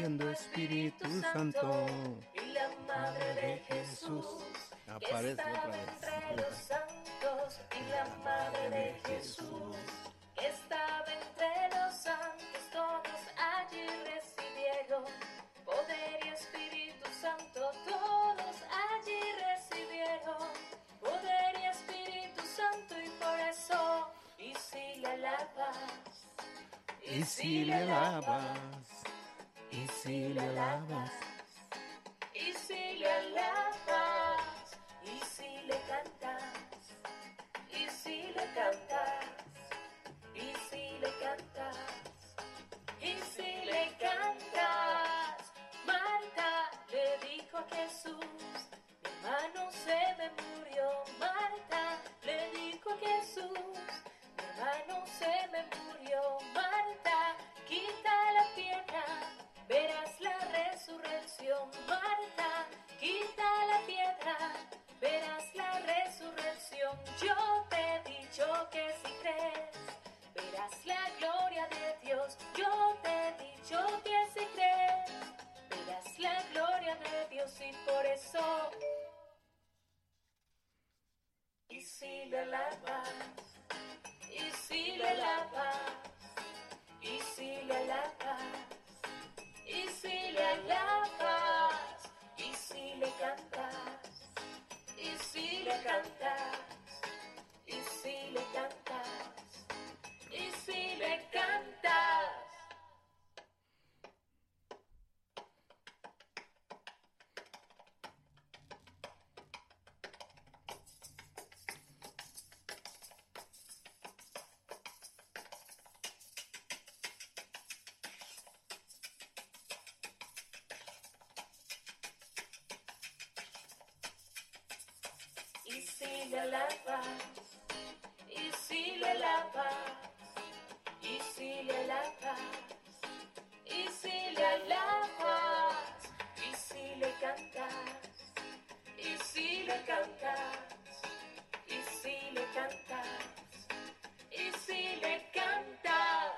siendo Espíritu Santo. Y la Madre de Jesús, que Aparece estaba otra entre vez. los santos. Y la Madre de Jesús, que estaba entre los santos. Todos allí recibieron poder y Espíritu Santo. Todos allí recibieron poder y Espíritu Santo. Y por eso, y si le alabas, Y si le alabas, y si le alabas, y si le alabas, y si le cantas, y si le cantas, y si le cantas, y si le cantas. Marta le dijo a Jesús, mi hermano se me murió. Marta le dijo a Jesús, mi hermano se me murió. Marta, quita la piedra, verás la resurrección. Marta, quita la piedra, verás la resurrección. Yo te he dicho que si crees, verás la gloria de Dios. Yo te he dicho que si crees, verás la gloria de Dios. Y por eso, y si le alabas, y si le alabas, y si le alabas, y si le alabas, y si le cantas, y si le cantas, y si le cantas, y si le cantas. Y si le alabas, y si le alabas, y si le alabas, y si le alabas, y si le cantas, y si le cantas, y si le cantas, y si le cantas.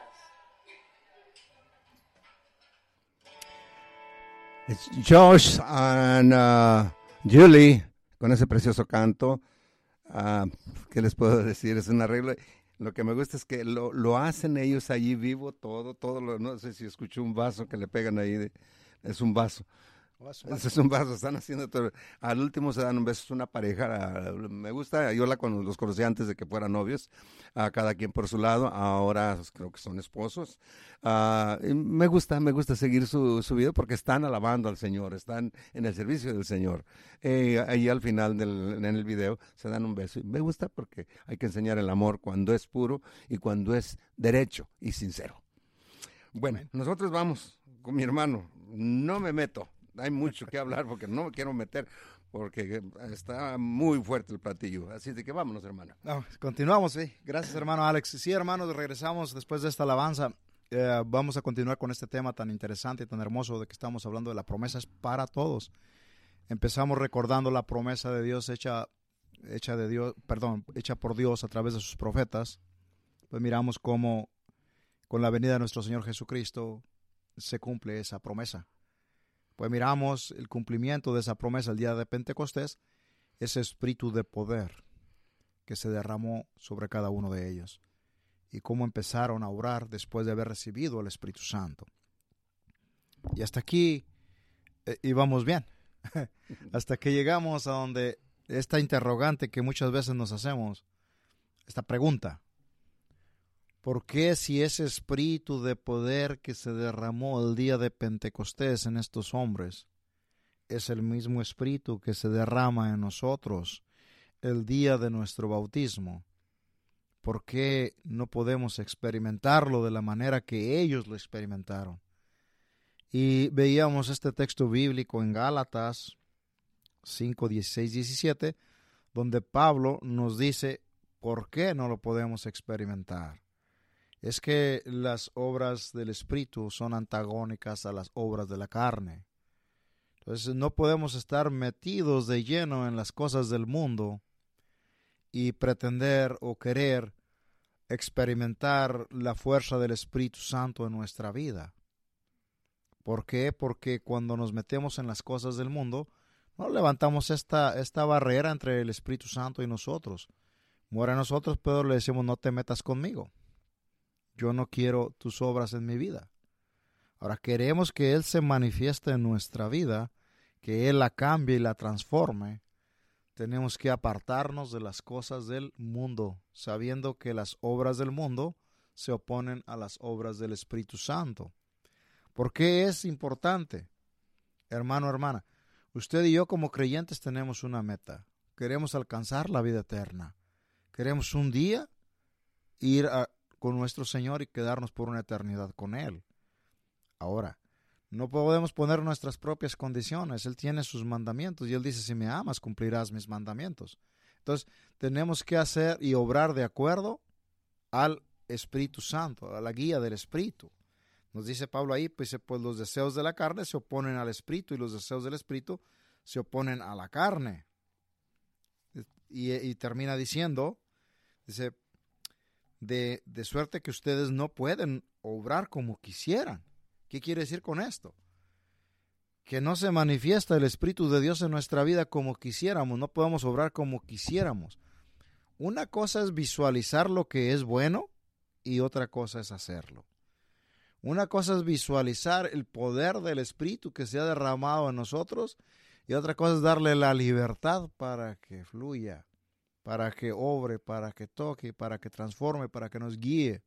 It's Josh and Julie con ese precioso canto. ¿Qué les puedo decir? Es un arreglo. Lo que me gusta es que lo hacen ellos allí vivo, todo. No sé si escucho un vaso que le pegan ahí. Es un vaso. Ese es un vaso, están haciendo todo. Al último se dan un beso, es una pareja. Me gusta, yo los conocí antes de que fueran novios, cada quien por su lado. Ahora creo que son esposos. Y me gusta seguir su vida porque están alabando al Señor, están en el servicio del Señor. Ahí al final en el video se dan un beso. Y me gusta porque hay que enseñar el amor cuando es puro y cuando es derecho y sincero. Bueno, nosotros vamos con mi hermano. No me meto. Hay mucho que hablar porque no me quiero meter porque está muy fuerte el platillo. Así de que vámonos, hermano. No, continuamos, sí. Gracias, hermano Alex. Sí, hermanos, regresamos después de esta alabanza. Vamos a continuar con este tema tan interesante y tan hermoso de que estamos hablando de la promesa es para todos. Empezamos recordando la promesa de Dios hecha por Dios a través de sus profetas. Pues miramos cómo con la venida de nuestro Señor Jesucristo se cumple esa promesa. Pues miramos el cumplimiento de esa promesa el día de Pentecostés, ese espíritu de poder que se derramó sobre cada uno de ellos y cómo empezaron a orar después de haber recibido el Espíritu Santo. Y hasta aquí íbamos bien, hasta que llegamos a donde esta interrogante que muchas veces nos hacemos, esta pregunta: ¿por qué si ese espíritu de poder que se derramó el día de Pentecostés en estos hombres es el mismo espíritu que se derrama en nosotros el día de nuestro bautismo? ¿Por qué no podemos experimentarlo de la manera que ellos lo experimentaron? Y veíamos este texto bíblico en Gálatas 5, 16, 17, donde Pablo nos dice por qué no lo podemos experimentar. Es que las obras del Espíritu son antagónicas a las obras de la carne. Entonces no podemos estar metidos de lleno en las cosas del mundo y pretender o querer experimentar la fuerza del Espíritu Santo en nuestra vida. ¿Por qué? Porque cuando nos metemos en las cosas del mundo, no levantamos esta barrera entre el Espíritu Santo y nosotros. Muere a nosotros, pero le decimos, no te metas conmigo. Yo no quiero tus obras en mi vida. Ahora queremos que Él se manifieste en nuestra vida, que Él la cambie y la transforme. Tenemos que apartarnos de las cosas del mundo, sabiendo que las obras del mundo se oponen a las obras del Espíritu Santo. ¿Por qué es importante? Hermano, hermana, usted y yo como creyentes tenemos una meta. Queremos alcanzar la vida eterna. Queremos un día ir con nuestro Señor y quedarnos por una eternidad con Él. Ahora, no podemos poner nuestras propias condiciones. Él tiene sus mandamientos y Él dice, si me amas, cumplirás mis mandamientos. Entonces, tenemos que hacer y obrar de acuerdo al Espíritu Santo, a la guía del Espíritu. Nos dice Pablo ahí, pues los deseos de la carne se oponen al Espíritu y los deseos del Espíritu se oponen a la carne. Y termina diciendo, dice, de suerte que ustedes no pueden obrar como quisieran. ¿Qué quiere decir con esto? Que no se manifiesta el Espíritu de Dios en nuestra vida como quisiéramos, no podemos obrar como quisiéramos. Una cosa es visualizar lo que es bueno y otra cosa es hacerlo. Una cosa es visualizar el poder del Espíritu que se ha derramado en nosotros y otra cosa es darle la libertad para que fluya, para que obre, para que toque, para que transforme, para que nos guíe.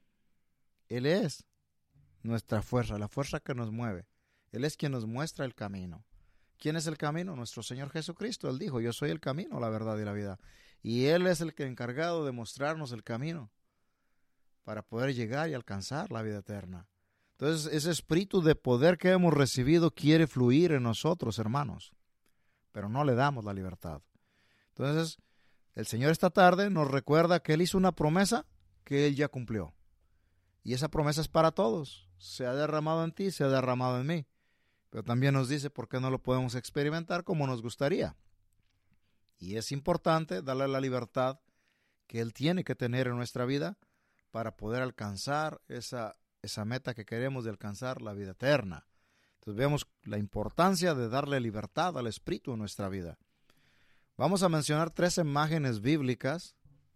Él es nuestra fuerza, la fuerza que nos mueve. Él es quien nos muestra el camino. ¿Quién es el camino? Nuestro Señor Jesucristo. Él dijo, yo soy el camino, la verdad y la vida. Y Él es el que encargado de mostrarnos el camino para poder llegar y alcanzar la vida eterna. Entonces, ese espíritu de poder que hemos recibido quiere fluir en nosotros, hermanos, pero no le damos la libertad. Entonces, el Señor esta tarde nos recuerda que Él hizo una promesa que Él ya cumplió. Y esa promesa es para todos. Se ha derramado en ti, se ha derramado en mí. Pero también nos dice por qué no lo podemos experimentar como nos gustaría. Y es importante darle la libertad que Él tiene que tener en nuestra vida para poder alcanzar esa meta que queremos de alcanzar la vida eterna. Entonces vemos la importancia de darle libertad al Espíritu en nuestra vida. Vamos a mencionar 3 imágenes bíblicas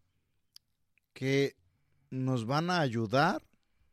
que nos van a ayudar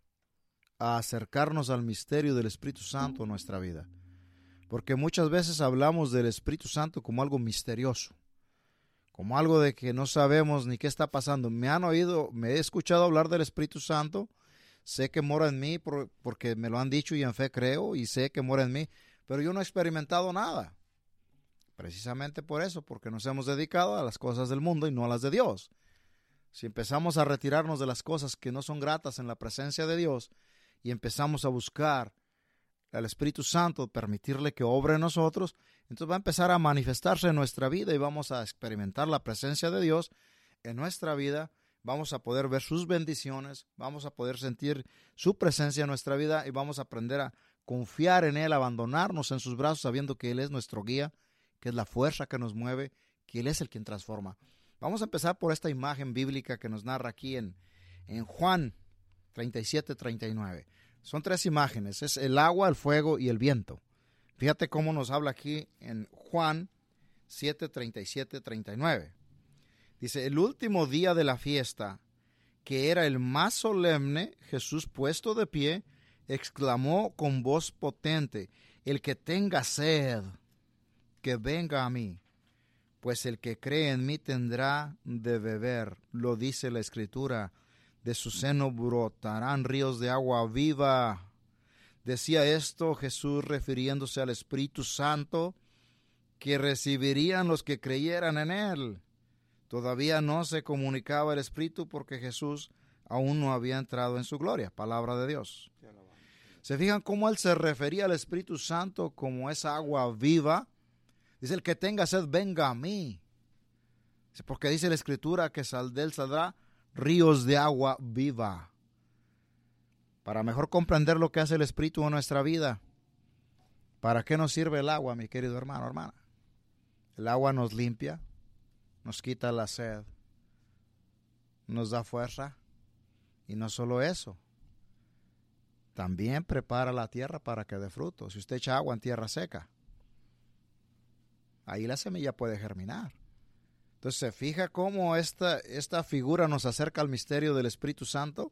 a acercarnos al misterio del Espíritu Santo en nuestra vida. Porque muchas veces hablamos del Espíritu Santo como algo misterioso, como algo de que no sabemos ni qué está pasando. Me he escuchado hablar del Espíritu Santo, sé que mora en mí porque me lo han dicho y en fe creo y sé que mora en mí, pero yo no he experimentado nada. Precisamente por eso, porque nos hemos dedicado a las cosas del mundo y no a las de Dios. Si empezamos a retirarnos de las cosas que no son gratas en la presencia de Dios y empezamos a buscar al Espíritu Santo, permitirle que obre en nosotros, entonces va a empezar a manifestarse en nuestra vida y vamos a experimentar la presencia de Dios en nuestra vida. Vamos a poder ver sus bendiciones, vamos a poder sentir su presencia en nuestra vida y vamos a aprender a confiar en Él, abandonarnos en sus brazos sabiendo que Él es nuestro guía, que es la fuerza que nos mueve, que Él es el quien transforma. Vamos a empezar por esta imagen bíblica que nos narra aquí en Juan 37-39. Son 3 imágenes, es el agua, el fuego y el viento. Fíjate cómo nos habla aquí en Juan 7:37-39. Dice, el último día de la fiesta, que era el más solemne, Jesús puesto de pie, exclamó con voz potente, el que tenga sed, que venga a mí, pues el que cree en mí tendrá de beber, lo dice la Escritura, de su seno brotarán ríos de agua viva. Decía esto Jesús refiriéndose al Espíritu Santo que recibirían los que creyeran en Él. Todavía no se comunicaba el Espíritu porque Jesús aún no había entrado en su gloria. Palabra de Dios. ¿Se fijan cómo Él se refería al Espíritu Santo como esa agua viva? Dice, el que tenga sed, venga a mí. Porque dice la Escritura que de Él saldrá ríos de agua viva. Para mejor comprender lo que hace el Espíritu en nuestra vida, ¿para qué nos sirve el agua, mi querido hermano, hermana? El agua nos limpia, nos quita la sed, nos da fuerza, y no solo eso, también prepara la tierra para que dé fruto. Si usted echa agua en tierra seca, ahí la semilla puede germinar. Entonces, ¿se fija cómo esta figura nos acerca al misterio del Espíritu Santo?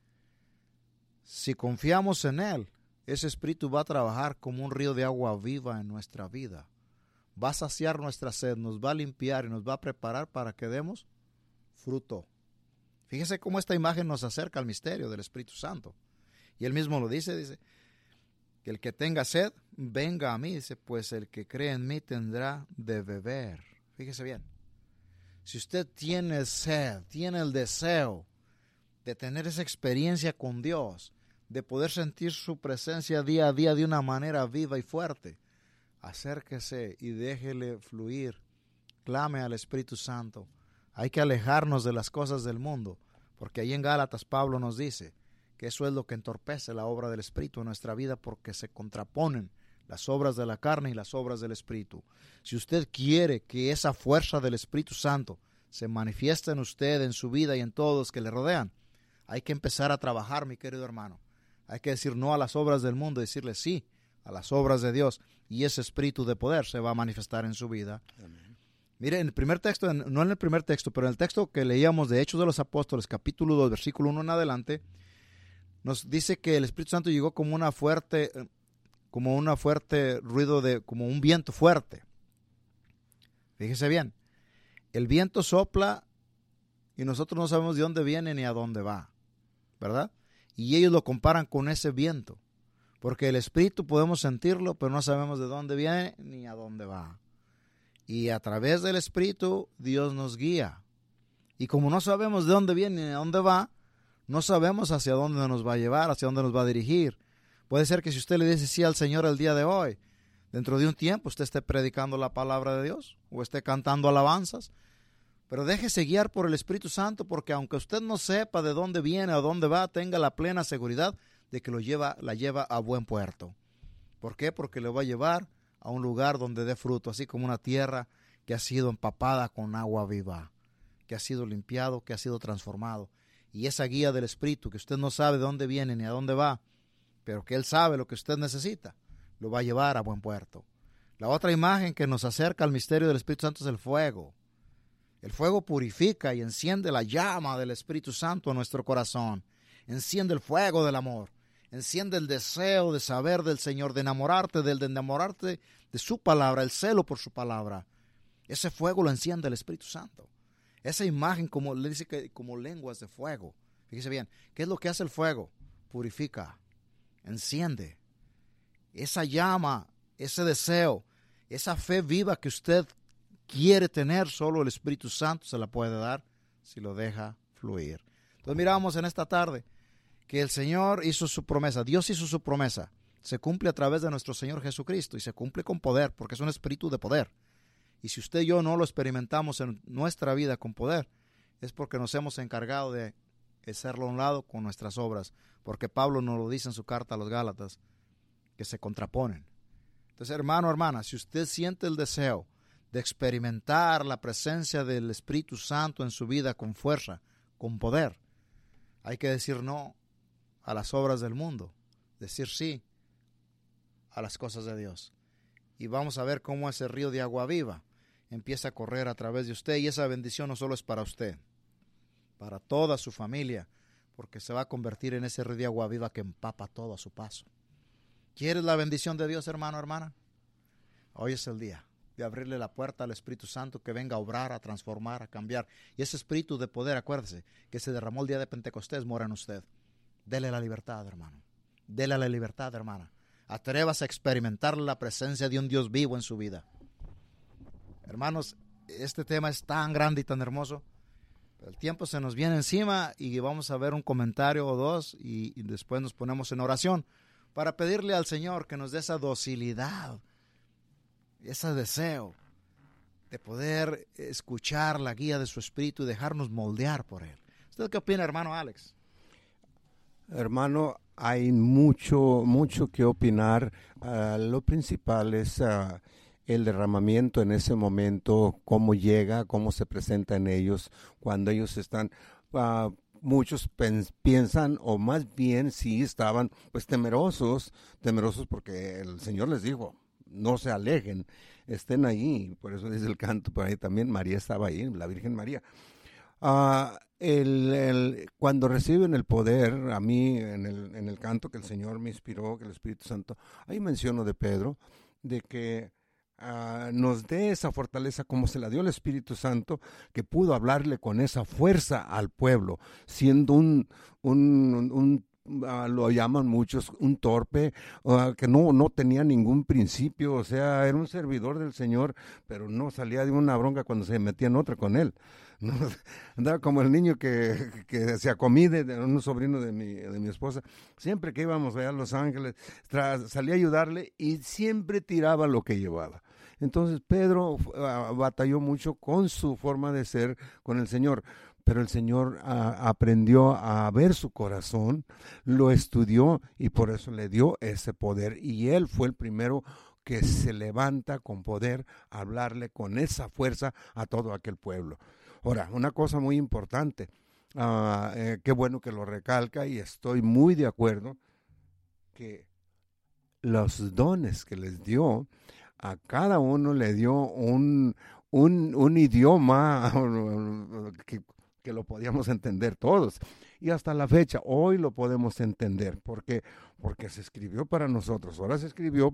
Si confiamos en Él, ese Espíritu va a trabajar como un río de agua viva en nuestra vida. Va a saciar nuestra sed, nos va a limpiar y nos va a preparar para que demos fruto. Fíjese cómo esta imagen nos acerca al misterio del Espíritu Santo. Y Él mismo lo dice que el que tenga sed, venga a mí, dice, pues el que cree en mí tendrá de beber. Fíjese bien. Si usted tiene sed, tiene el deseo de tener esa experiencia con Dios, de poder sentir su presencia día a día de una manera viva y fuerte, acérquese y déjele fluir. Clame al Espíritu Santo. Hay que alejarnos de las cosas del mundo, porque ahí en Gálatas Pablo nos dice que eso es lo que entorpece la obra del Espíritu en nuestra vida, porque se contraponen las obras de la carne y las obras del Espíritu. Si usted quiere que esa fuerza del Espíritu Santo se manifieste en usted, en su vida y en todos los que le rodean, hay que empezar a trabajar, mi querido hermano. Hay que decir no a las obras del mundo y decirle sí a las obras de Dios, y ese espíritu de poder se va a manifestar en su vida. Amén. Mire, en el primer texto, no en el primer texto, pero en el texto que leíamos de Hechos de los Apóstoles, capítulo 2, versículo 1 en adelante, nos dice que el Espíritu Santo llegó como una fuerte ruido como un viento fuerte. Fíjese bien, el viento sopla y nosotros no sabemos de dónde viene ni a dónde va, ¿verdad? Y ellos lo comparan con ese viento, porque el Espíritu podemos sentirlo, pero no sabemos de dónde viene ni a dónde va. Y a través del Espíritu Dios nos guía. Y como no sabemos de dónde viene ni a dónde va, no sabemos hacia dónde nos va a llevar, hacia dónde nos va a dirigir. Puede ser que si usted le dice sí al Señor el día de hoy, dentro de un tiempo usted esté predicando la palabra de Dios o esté cantando alabanzas, pero déjese guiar por el Espíritu Santo, porque aunque usted no sepa de dónde viene o dónde va, tenga la plena seguridad de que la lleva a buen puerto. ¿Por qué? Porque le va a llevar a un lugar donde dé fruto, así como una tierra que ha sido empapada con agua viva, que ha sido limpiado, que ha sido transformado. Y esa guía del Espíritu, que usted no sabe de dónde viene ni a dónde va, pero que Él sabe lo que usted necesita, lo va a llevar a buen puerto. La otra imagen que nos acerca al misterio del Espíritu Santo es el fuego. El fuego purifica y enciende la llama del Espíritu Santo en nuestro corazón. Enciende el fuego del amor. Enciende el deseo de saber del Señor, de enamorarte de su palabra, el celo por su palabra. Ese fuego lo enciende el Espíritu Santo. Esa imagen, como le dice, que como lenguas de fuego. Fíjese bien, ¿qué es lo que hace el fuego? Purifica, enciende. Esa llama, ese deseo, esa fe viva que usted quiere tener, solo el Espíritu Santo se la puede dar si lo deja fluir. Entonces miramos en esta tarde que el Señor hizo su promesa, Dios hizo su promesa, se cumple a través de nuestro Señor Jesucristo y se cumple con poder, porque es un espíritu de poder. Y si usted y yo no lo experimentamos en nuestra vida con poder, es porque nos hemos encargado de hacerlo a un lado con nuestras obras, porque Pablo nos lo dice en su carta a los Gálatas, que se contraponen. Entonces, hermano, hermana, si usted siente el deseo de experimentar la presencia del Espíritu Santo en su vida con fuerza, con poder, hay que decir no a las obras del mundo, decir sí a las cosas de Dios. Y vamos a ver cómo ese río de agua viva empieza a correr a través de usted, y esa bendición no solo es para usted, para toda su familia, porque se va a convertir en ese río de agua viva que empapa todo a su paso. ¿Quieres la bendición de Dios, hermano, hermana? Hoy es el día de abrirle la puerta al Espíritu Santo, que venga a obrar, a transformar, a cambiar. Y ese espíritu de poder, acuérdese, que se derramó el día de Pentecostés, mora en usted. Dele la libertad, hermano. Dele la libertad, hermana. Atrévase a experimentar la presencia de un Dios vivo en su vida. Hermanos, este tema es tan grande y tan hermoso. El tiempo se nos viene encima y vamos a ver un comentario o dos y después nos ponemos en oración para pedirle al Señor que nos dé esa docilidad, ese deseo de poder escuchar la guía de su Espíritu y dejarnos moldear por Él. ¿Usted qué opina, hermano Alex? Hermano, hay mucho que opinar. Lo principal es el derramamiento en ese momento, cómo llega, cómo se presenta en ellos, cuando ellos están muchos piensan, o más bien sí estaban pues temerosos porque el Señor les dijo, no se alejen, estén ahí. Por eso dice el canto por ahí también, María estaba ahí, la Virgen María. Cuando reciben el poder, a mí en el canto que el Señor me inspiró, que el Espíritu Santo, ahí menciono de Pedro, de que nos dé esa fortaleza como se la dio el Espíritu Santo, que pudo hablarle con esa fuerza al pueblo, siendo lo llaman muchos, un torpe, que no tenía ningún principio, o sea, era un servidor del Señor, pero no salía de una bronca cuando se metía en otra con él. No, andaba como el niño que se acomide, de un sobrino de mi esposa. Siempre que íbamos allá a Los Ángeles, salía a ayudarle y siempre tiraba lo que llevaba. Entonces Pedro batalló mucho con su forma de ser con el Señor, pero el Señor aprendió a ver su corazón, lo estudió y por eso le dio ese poder, y él fue el primero que se levanta con poder a hablarle con esa fuerza a todo aquel pueblo. Ahora, una cosa muy importante, qué bueno que lo recalca y estoy muy de acuerdo, que los dones que les dio, a cada uno le dio un idioma que lo podíamos entender todos. Y hasta la fecha, hoy lo podemos entender, porque se escribió para nosotros. Ahora se escribió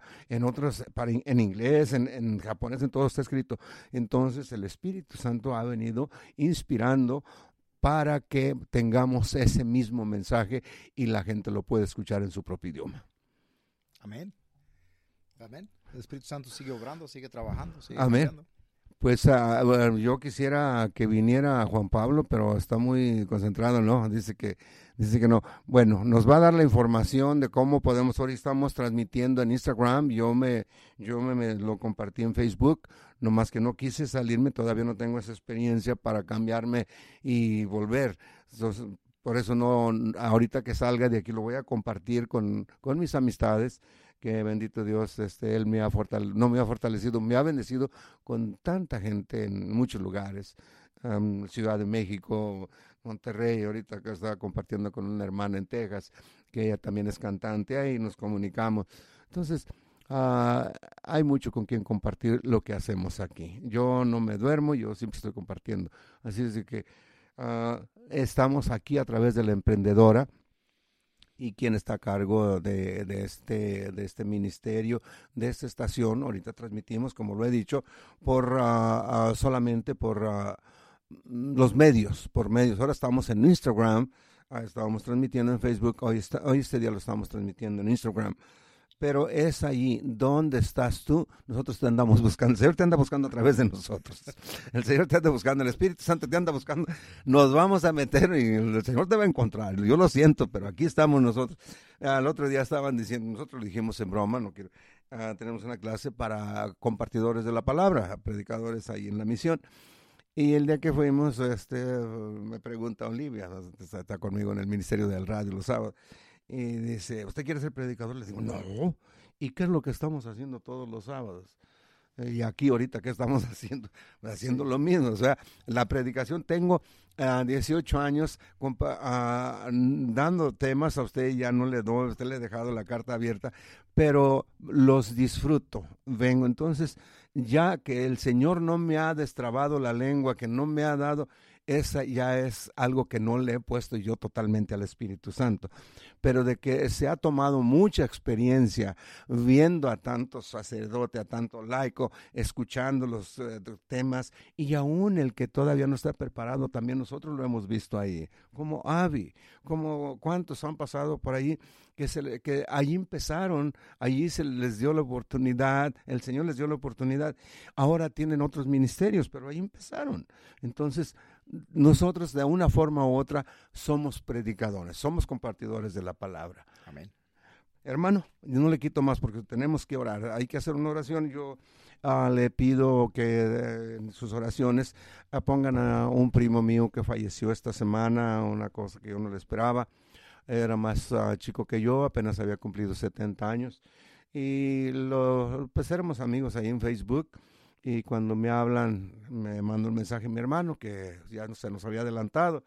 en inglés, en japonés, en todo está escrito. Entonces el Espíritu Santo ha venido inspirando para que tengamos ese mismo mensaje y la gente lo puede escuchar en su propio idioma. Amén. Amén. El Espíritu Santo sigue obrando, sigue trabajando, sigue Amén. cambiando. Pues yo quisiera que viniera Juan Pablo, pero está muy concentrado, ¿no? Dice que no. Bueno, nos va a dar la información de cómo podemos. Ahora estamos transmitiendo en Instagram. Yo me lo compartí en Facebook, nomás que no quise salirme, todavía no tengo esa experiencia para cambiarme y volver. Entonces, por eso no, ahorita que salga de aquí lo voy a compartir con mis amistades, que bendito Dios, Él me no me ha fortalecido, me ha bendecido con tanta gente en muchos lugares, Ciudad de México, Monterrey, ahorita que estaba compartiendo con una hermana en Texas, que ella también es cantante, ahí nos comunicamos. Entonces, hay mucho con quien compartir lo que hacemos aquí. Yo no me duermo, yo siempre estoy compartiendo. Así es de que estamos aquí a través de La Emprendedora, y quien está a cargo de este ministerio, de esta estación. Ahorita transmitimos, como lo he dicho, solamente por los medios, Ahora estamos en Instagram, estábamos transmitiendo en Facebook, hoy este día lo estamos transmitiendo en Instagram. Pero es ahí donde estás tú. Nosotros te andamos buscando. El Señor te anda buscando a través de nosotros. El Señor te anda buscando. El Espíritu Santo te anda buscando. Nos vamos a meter y el Señor te va a encontrar. Yo lo siento, pero aquí estamos nosotros. El otro día estaban diciendo, nosotros lo dijimos en broma, no quiero. Tenemos una clase para compartidores de la palabra, predicadores ahí en la misión. Y el día que fuimos, me pregunta Olivia, está conmigo en el ministerio del radio los sábados. Y dice, ¿usted quiere ser predicador? Le digo, no. ¿Y qué es lo que estamos haciendo todos los sábados? Y aquí ahorita, ¿qué estamos haciendo? Haciendo lo mismo. O sea, la predicación, tengo 18 años dando temas a usted, ya no le doy, a usted le he dejado la carta abierta, pero los disfruto. Vengo, entonces, ya que el Señor no me ha destrabado la lengua, que no me ha dado, esa ya es algo que no le he puesto yo totalmente al Espíritu Santo, pero de que se ha tomado mucha experiencia viendo a tantos sacerdotes, a tanto laico, escuchando los temas, y aún el que todavía no está preparado, también nosotros lo hemos visto ahí, como Avi, como cuántos han pasado por ahí, que allí empezaron, allí se les dio la oportunidad, el Señor les dio la oportunidad, ahora tienen otros ministerios, pero ahí empezaron. Entonces, nosotros de una forma u otra somos predicadores, somos compartidores de la palabra. Amén. Hermano, no le quito más porque tenemos que orar, hay que hacer una oración. Yo le pido que en sus oraciones pongan a un primo mío que falleció esta semana, una cosa que yo no le esperaba. Era más chico que yo, apenas había cumplido 70 años. Y pues éramos amigos ahí en Facebook. Y cuando me hablan, me manda un mensaje mi hermano, que ya se nos había adelantado.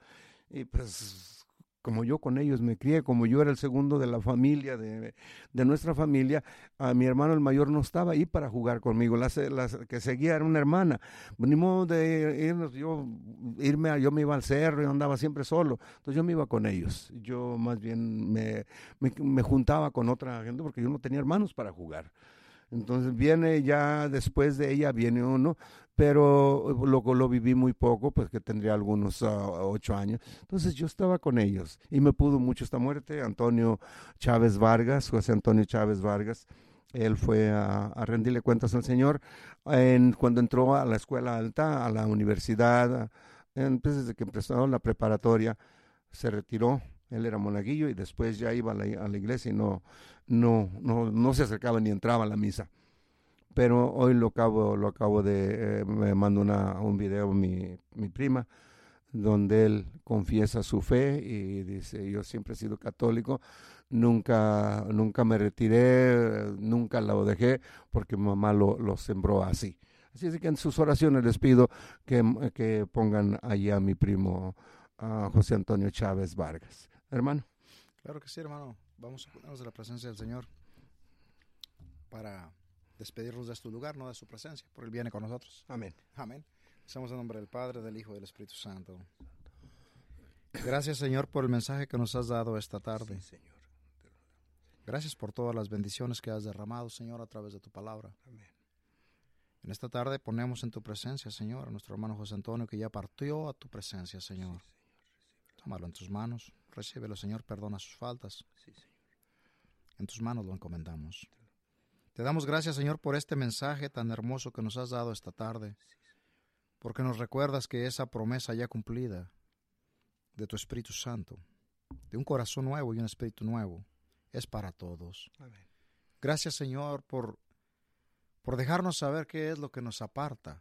Y pues como yo con ellos me crié, como yo era el segundo de la familia, de nuestra familia, a mi hermano el mayor no estaba ahí para jugar conmigo, la que seguía era una hermana. Ni modo de irnos, yo me iba al cerro, yo andaba siempre solo, entonces yo me iba con ellos. Yo más bien me juntaba con otra gente porque yo no tenía hermanos para jugar. Entonces viene ya después de ella, viene uno, pero lo viví muy poco, pues que tendría algunos 8 años. Entonces yo estaba con ellos y me pudo mucho esta muerte. Antonio Chávez Vargas, José Antonio Chávez Vargas, él fue a rendirle cuentas al Señor cuando entró a la escuela alta, a la universidad, entonces desde que empezó la preparatoria, se retiró. Él era monaguillo y después ya iba a la iglesia y no se acercaba ni entraba a la misa. Pero hoy lo acabo de, me mandó un video mi prima, donde él confiesa su fe y dice, yo siempre he sido católico, nunca me retiré, nunca lo dejé, porque mamá lo sembró así. Así es que en sus oraciones les pido que pongan allí a mi primo José Antonio Chávez Vargas. Hermano. Claro que sí, hermano. Vamos a ponernos de la presencia del Señor para despedirnos de este lugar, no de su presencia, porque Él viene con nosotros. Amén. Amén. Estamos en nombre del Padre, del Hijo y del Espíritu Santo. Gracias, Señor, por el mensaje que nos has dado esta tarde. Sí, Señor. Gracias por todas las bendiciones que has derramado, Señor, a través de tu palabra. Amén. En esta tarde ponemos en tu presencia, Señor, a nuestro hermano José Antonio, que ya partió a tu presencia, Señor. Tómalo en tus manos, recíbelo, Señor, perdona sus faltas. Sí, Señor. En tus manos lo encomendamos. Te damos gracias, Señor, por este mensaje tan hermoso que nos has dado esta tarde, porque nos recuerdas que esa promesa ya cumplida de tu Espíritu Santo, de un corazón nuevo y un espíritu nuevo, es para todos. Amén. Gracias, Señor, por dejarnos saber qué es lo que nos aparta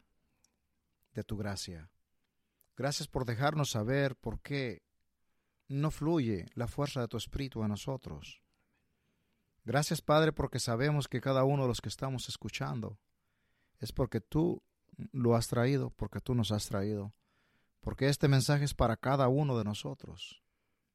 de tu gracia. Gracias por dejarnos saber por qué no fluye la fuerza de tu Espíritu en nosotros. Gracias, Padre, porque sabemos que cada uno de los que estamos escuchando es porque tú lo has traído, porque tú nos has traído, porque este mensaje es para cada uno de nosotros.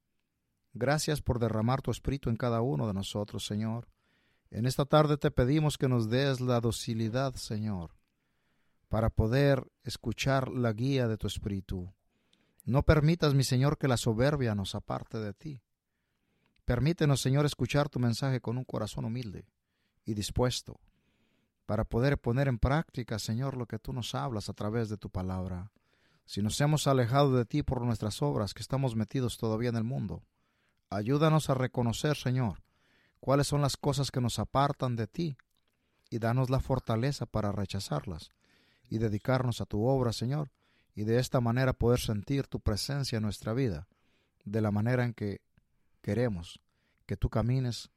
Gracias por derramar tu Espíritu en cada uno de nosotros, Señor. En esta tarde te pedimos que nos des la docilidad, Señor, para poder escuchar la guía de tu Espíritu. No permitas, mi Señor, que la soberbia nos aparte de ti. Permítenos, Señor, escuchar tu mensaje con un corazón humilde y dispuesto para poder poner en práctica, Señor, lo que tú nos hablas a través de tu palabra. Si nos hemos alejado de ti por nuestras obras, que estamos metidos todavía en el mundo, ayúdanos a reconocer, Señor, cuáles son las cosas que nos apartan de ti y danos la fortaleza para rechazarlas y dedicarnos a tu obra, Señor, y de esta manera poder sentir tu presencia en nuestra vida, de la manera en que queremos que tú camines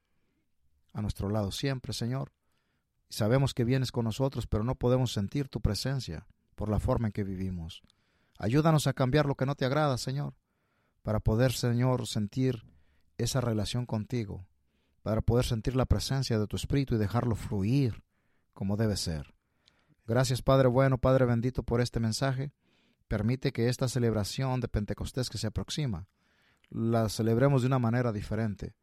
a nuestro lado siempre, Señor. Y sabemos que vienes con nosotros, pero no podemos sentir tu presencia por la forma en que vivimos. Ayúdanos a cambiar lo que no te agrada, Señor, para poder, Señor, sentir esa relación contigo, para poder sentir la presencia de tu Espíritu y dejarlo fluir como debe ser. Gracias, Padre bueno, Padre bendito, por este mensaje. Permite que esta celebración de Pentecostés que se aproxima la celebremos de una manera diferente,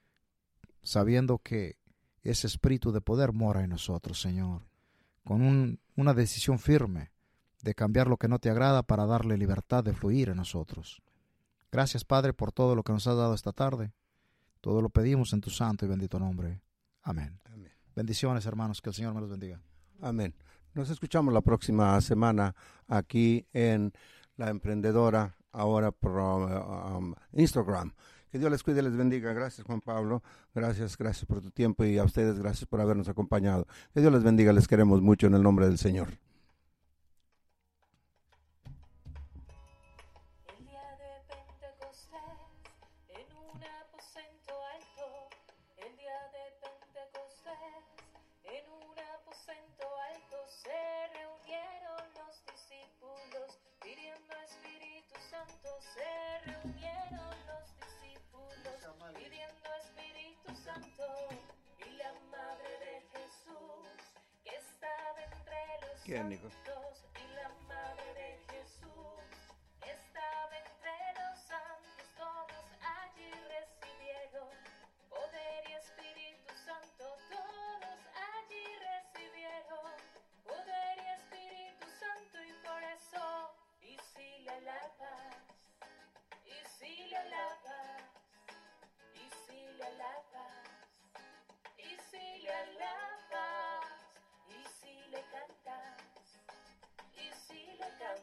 sabiendo que ese espíritu de poder mora en nosotros, Señor, con una decisión firme de cambiar lo que no te agrada para darle libertad de fluir en nosotros. Gracias, Padre, por todo lo que nos has dado esta tarde. Todo lo pedimos en tu santo y bendito nombre. Amén. Amén. Bendiciones, hermanos, que el Señor me los bendiga. Amén. Nos escuchamos la próxima semana aquí en La Emprendedora, ahora por Instagram. Que Dios les cuide y les bendiga. Gracias, Juan Pablo. Gracias por tu tiempo y a ustedes gracias por habernos acompañado. Que Dios les bendiga. Les queremos mucho en el nombre del Señor. El día de Pentecostés, en un aposento alto. El día de Pentecostés, en un aposento alto, se reunieron los discípulos pidiendo Espíritu Santo. Se reunieron los discípulos pidiendo Espíritu Santo. Y la madre de Jesús, que estaba entre los ¿Quién, hijo? santos, y la madre de Jesús, que estaba entre los santos. alabas, y si le alabas, y si le cantas, y si le cantas.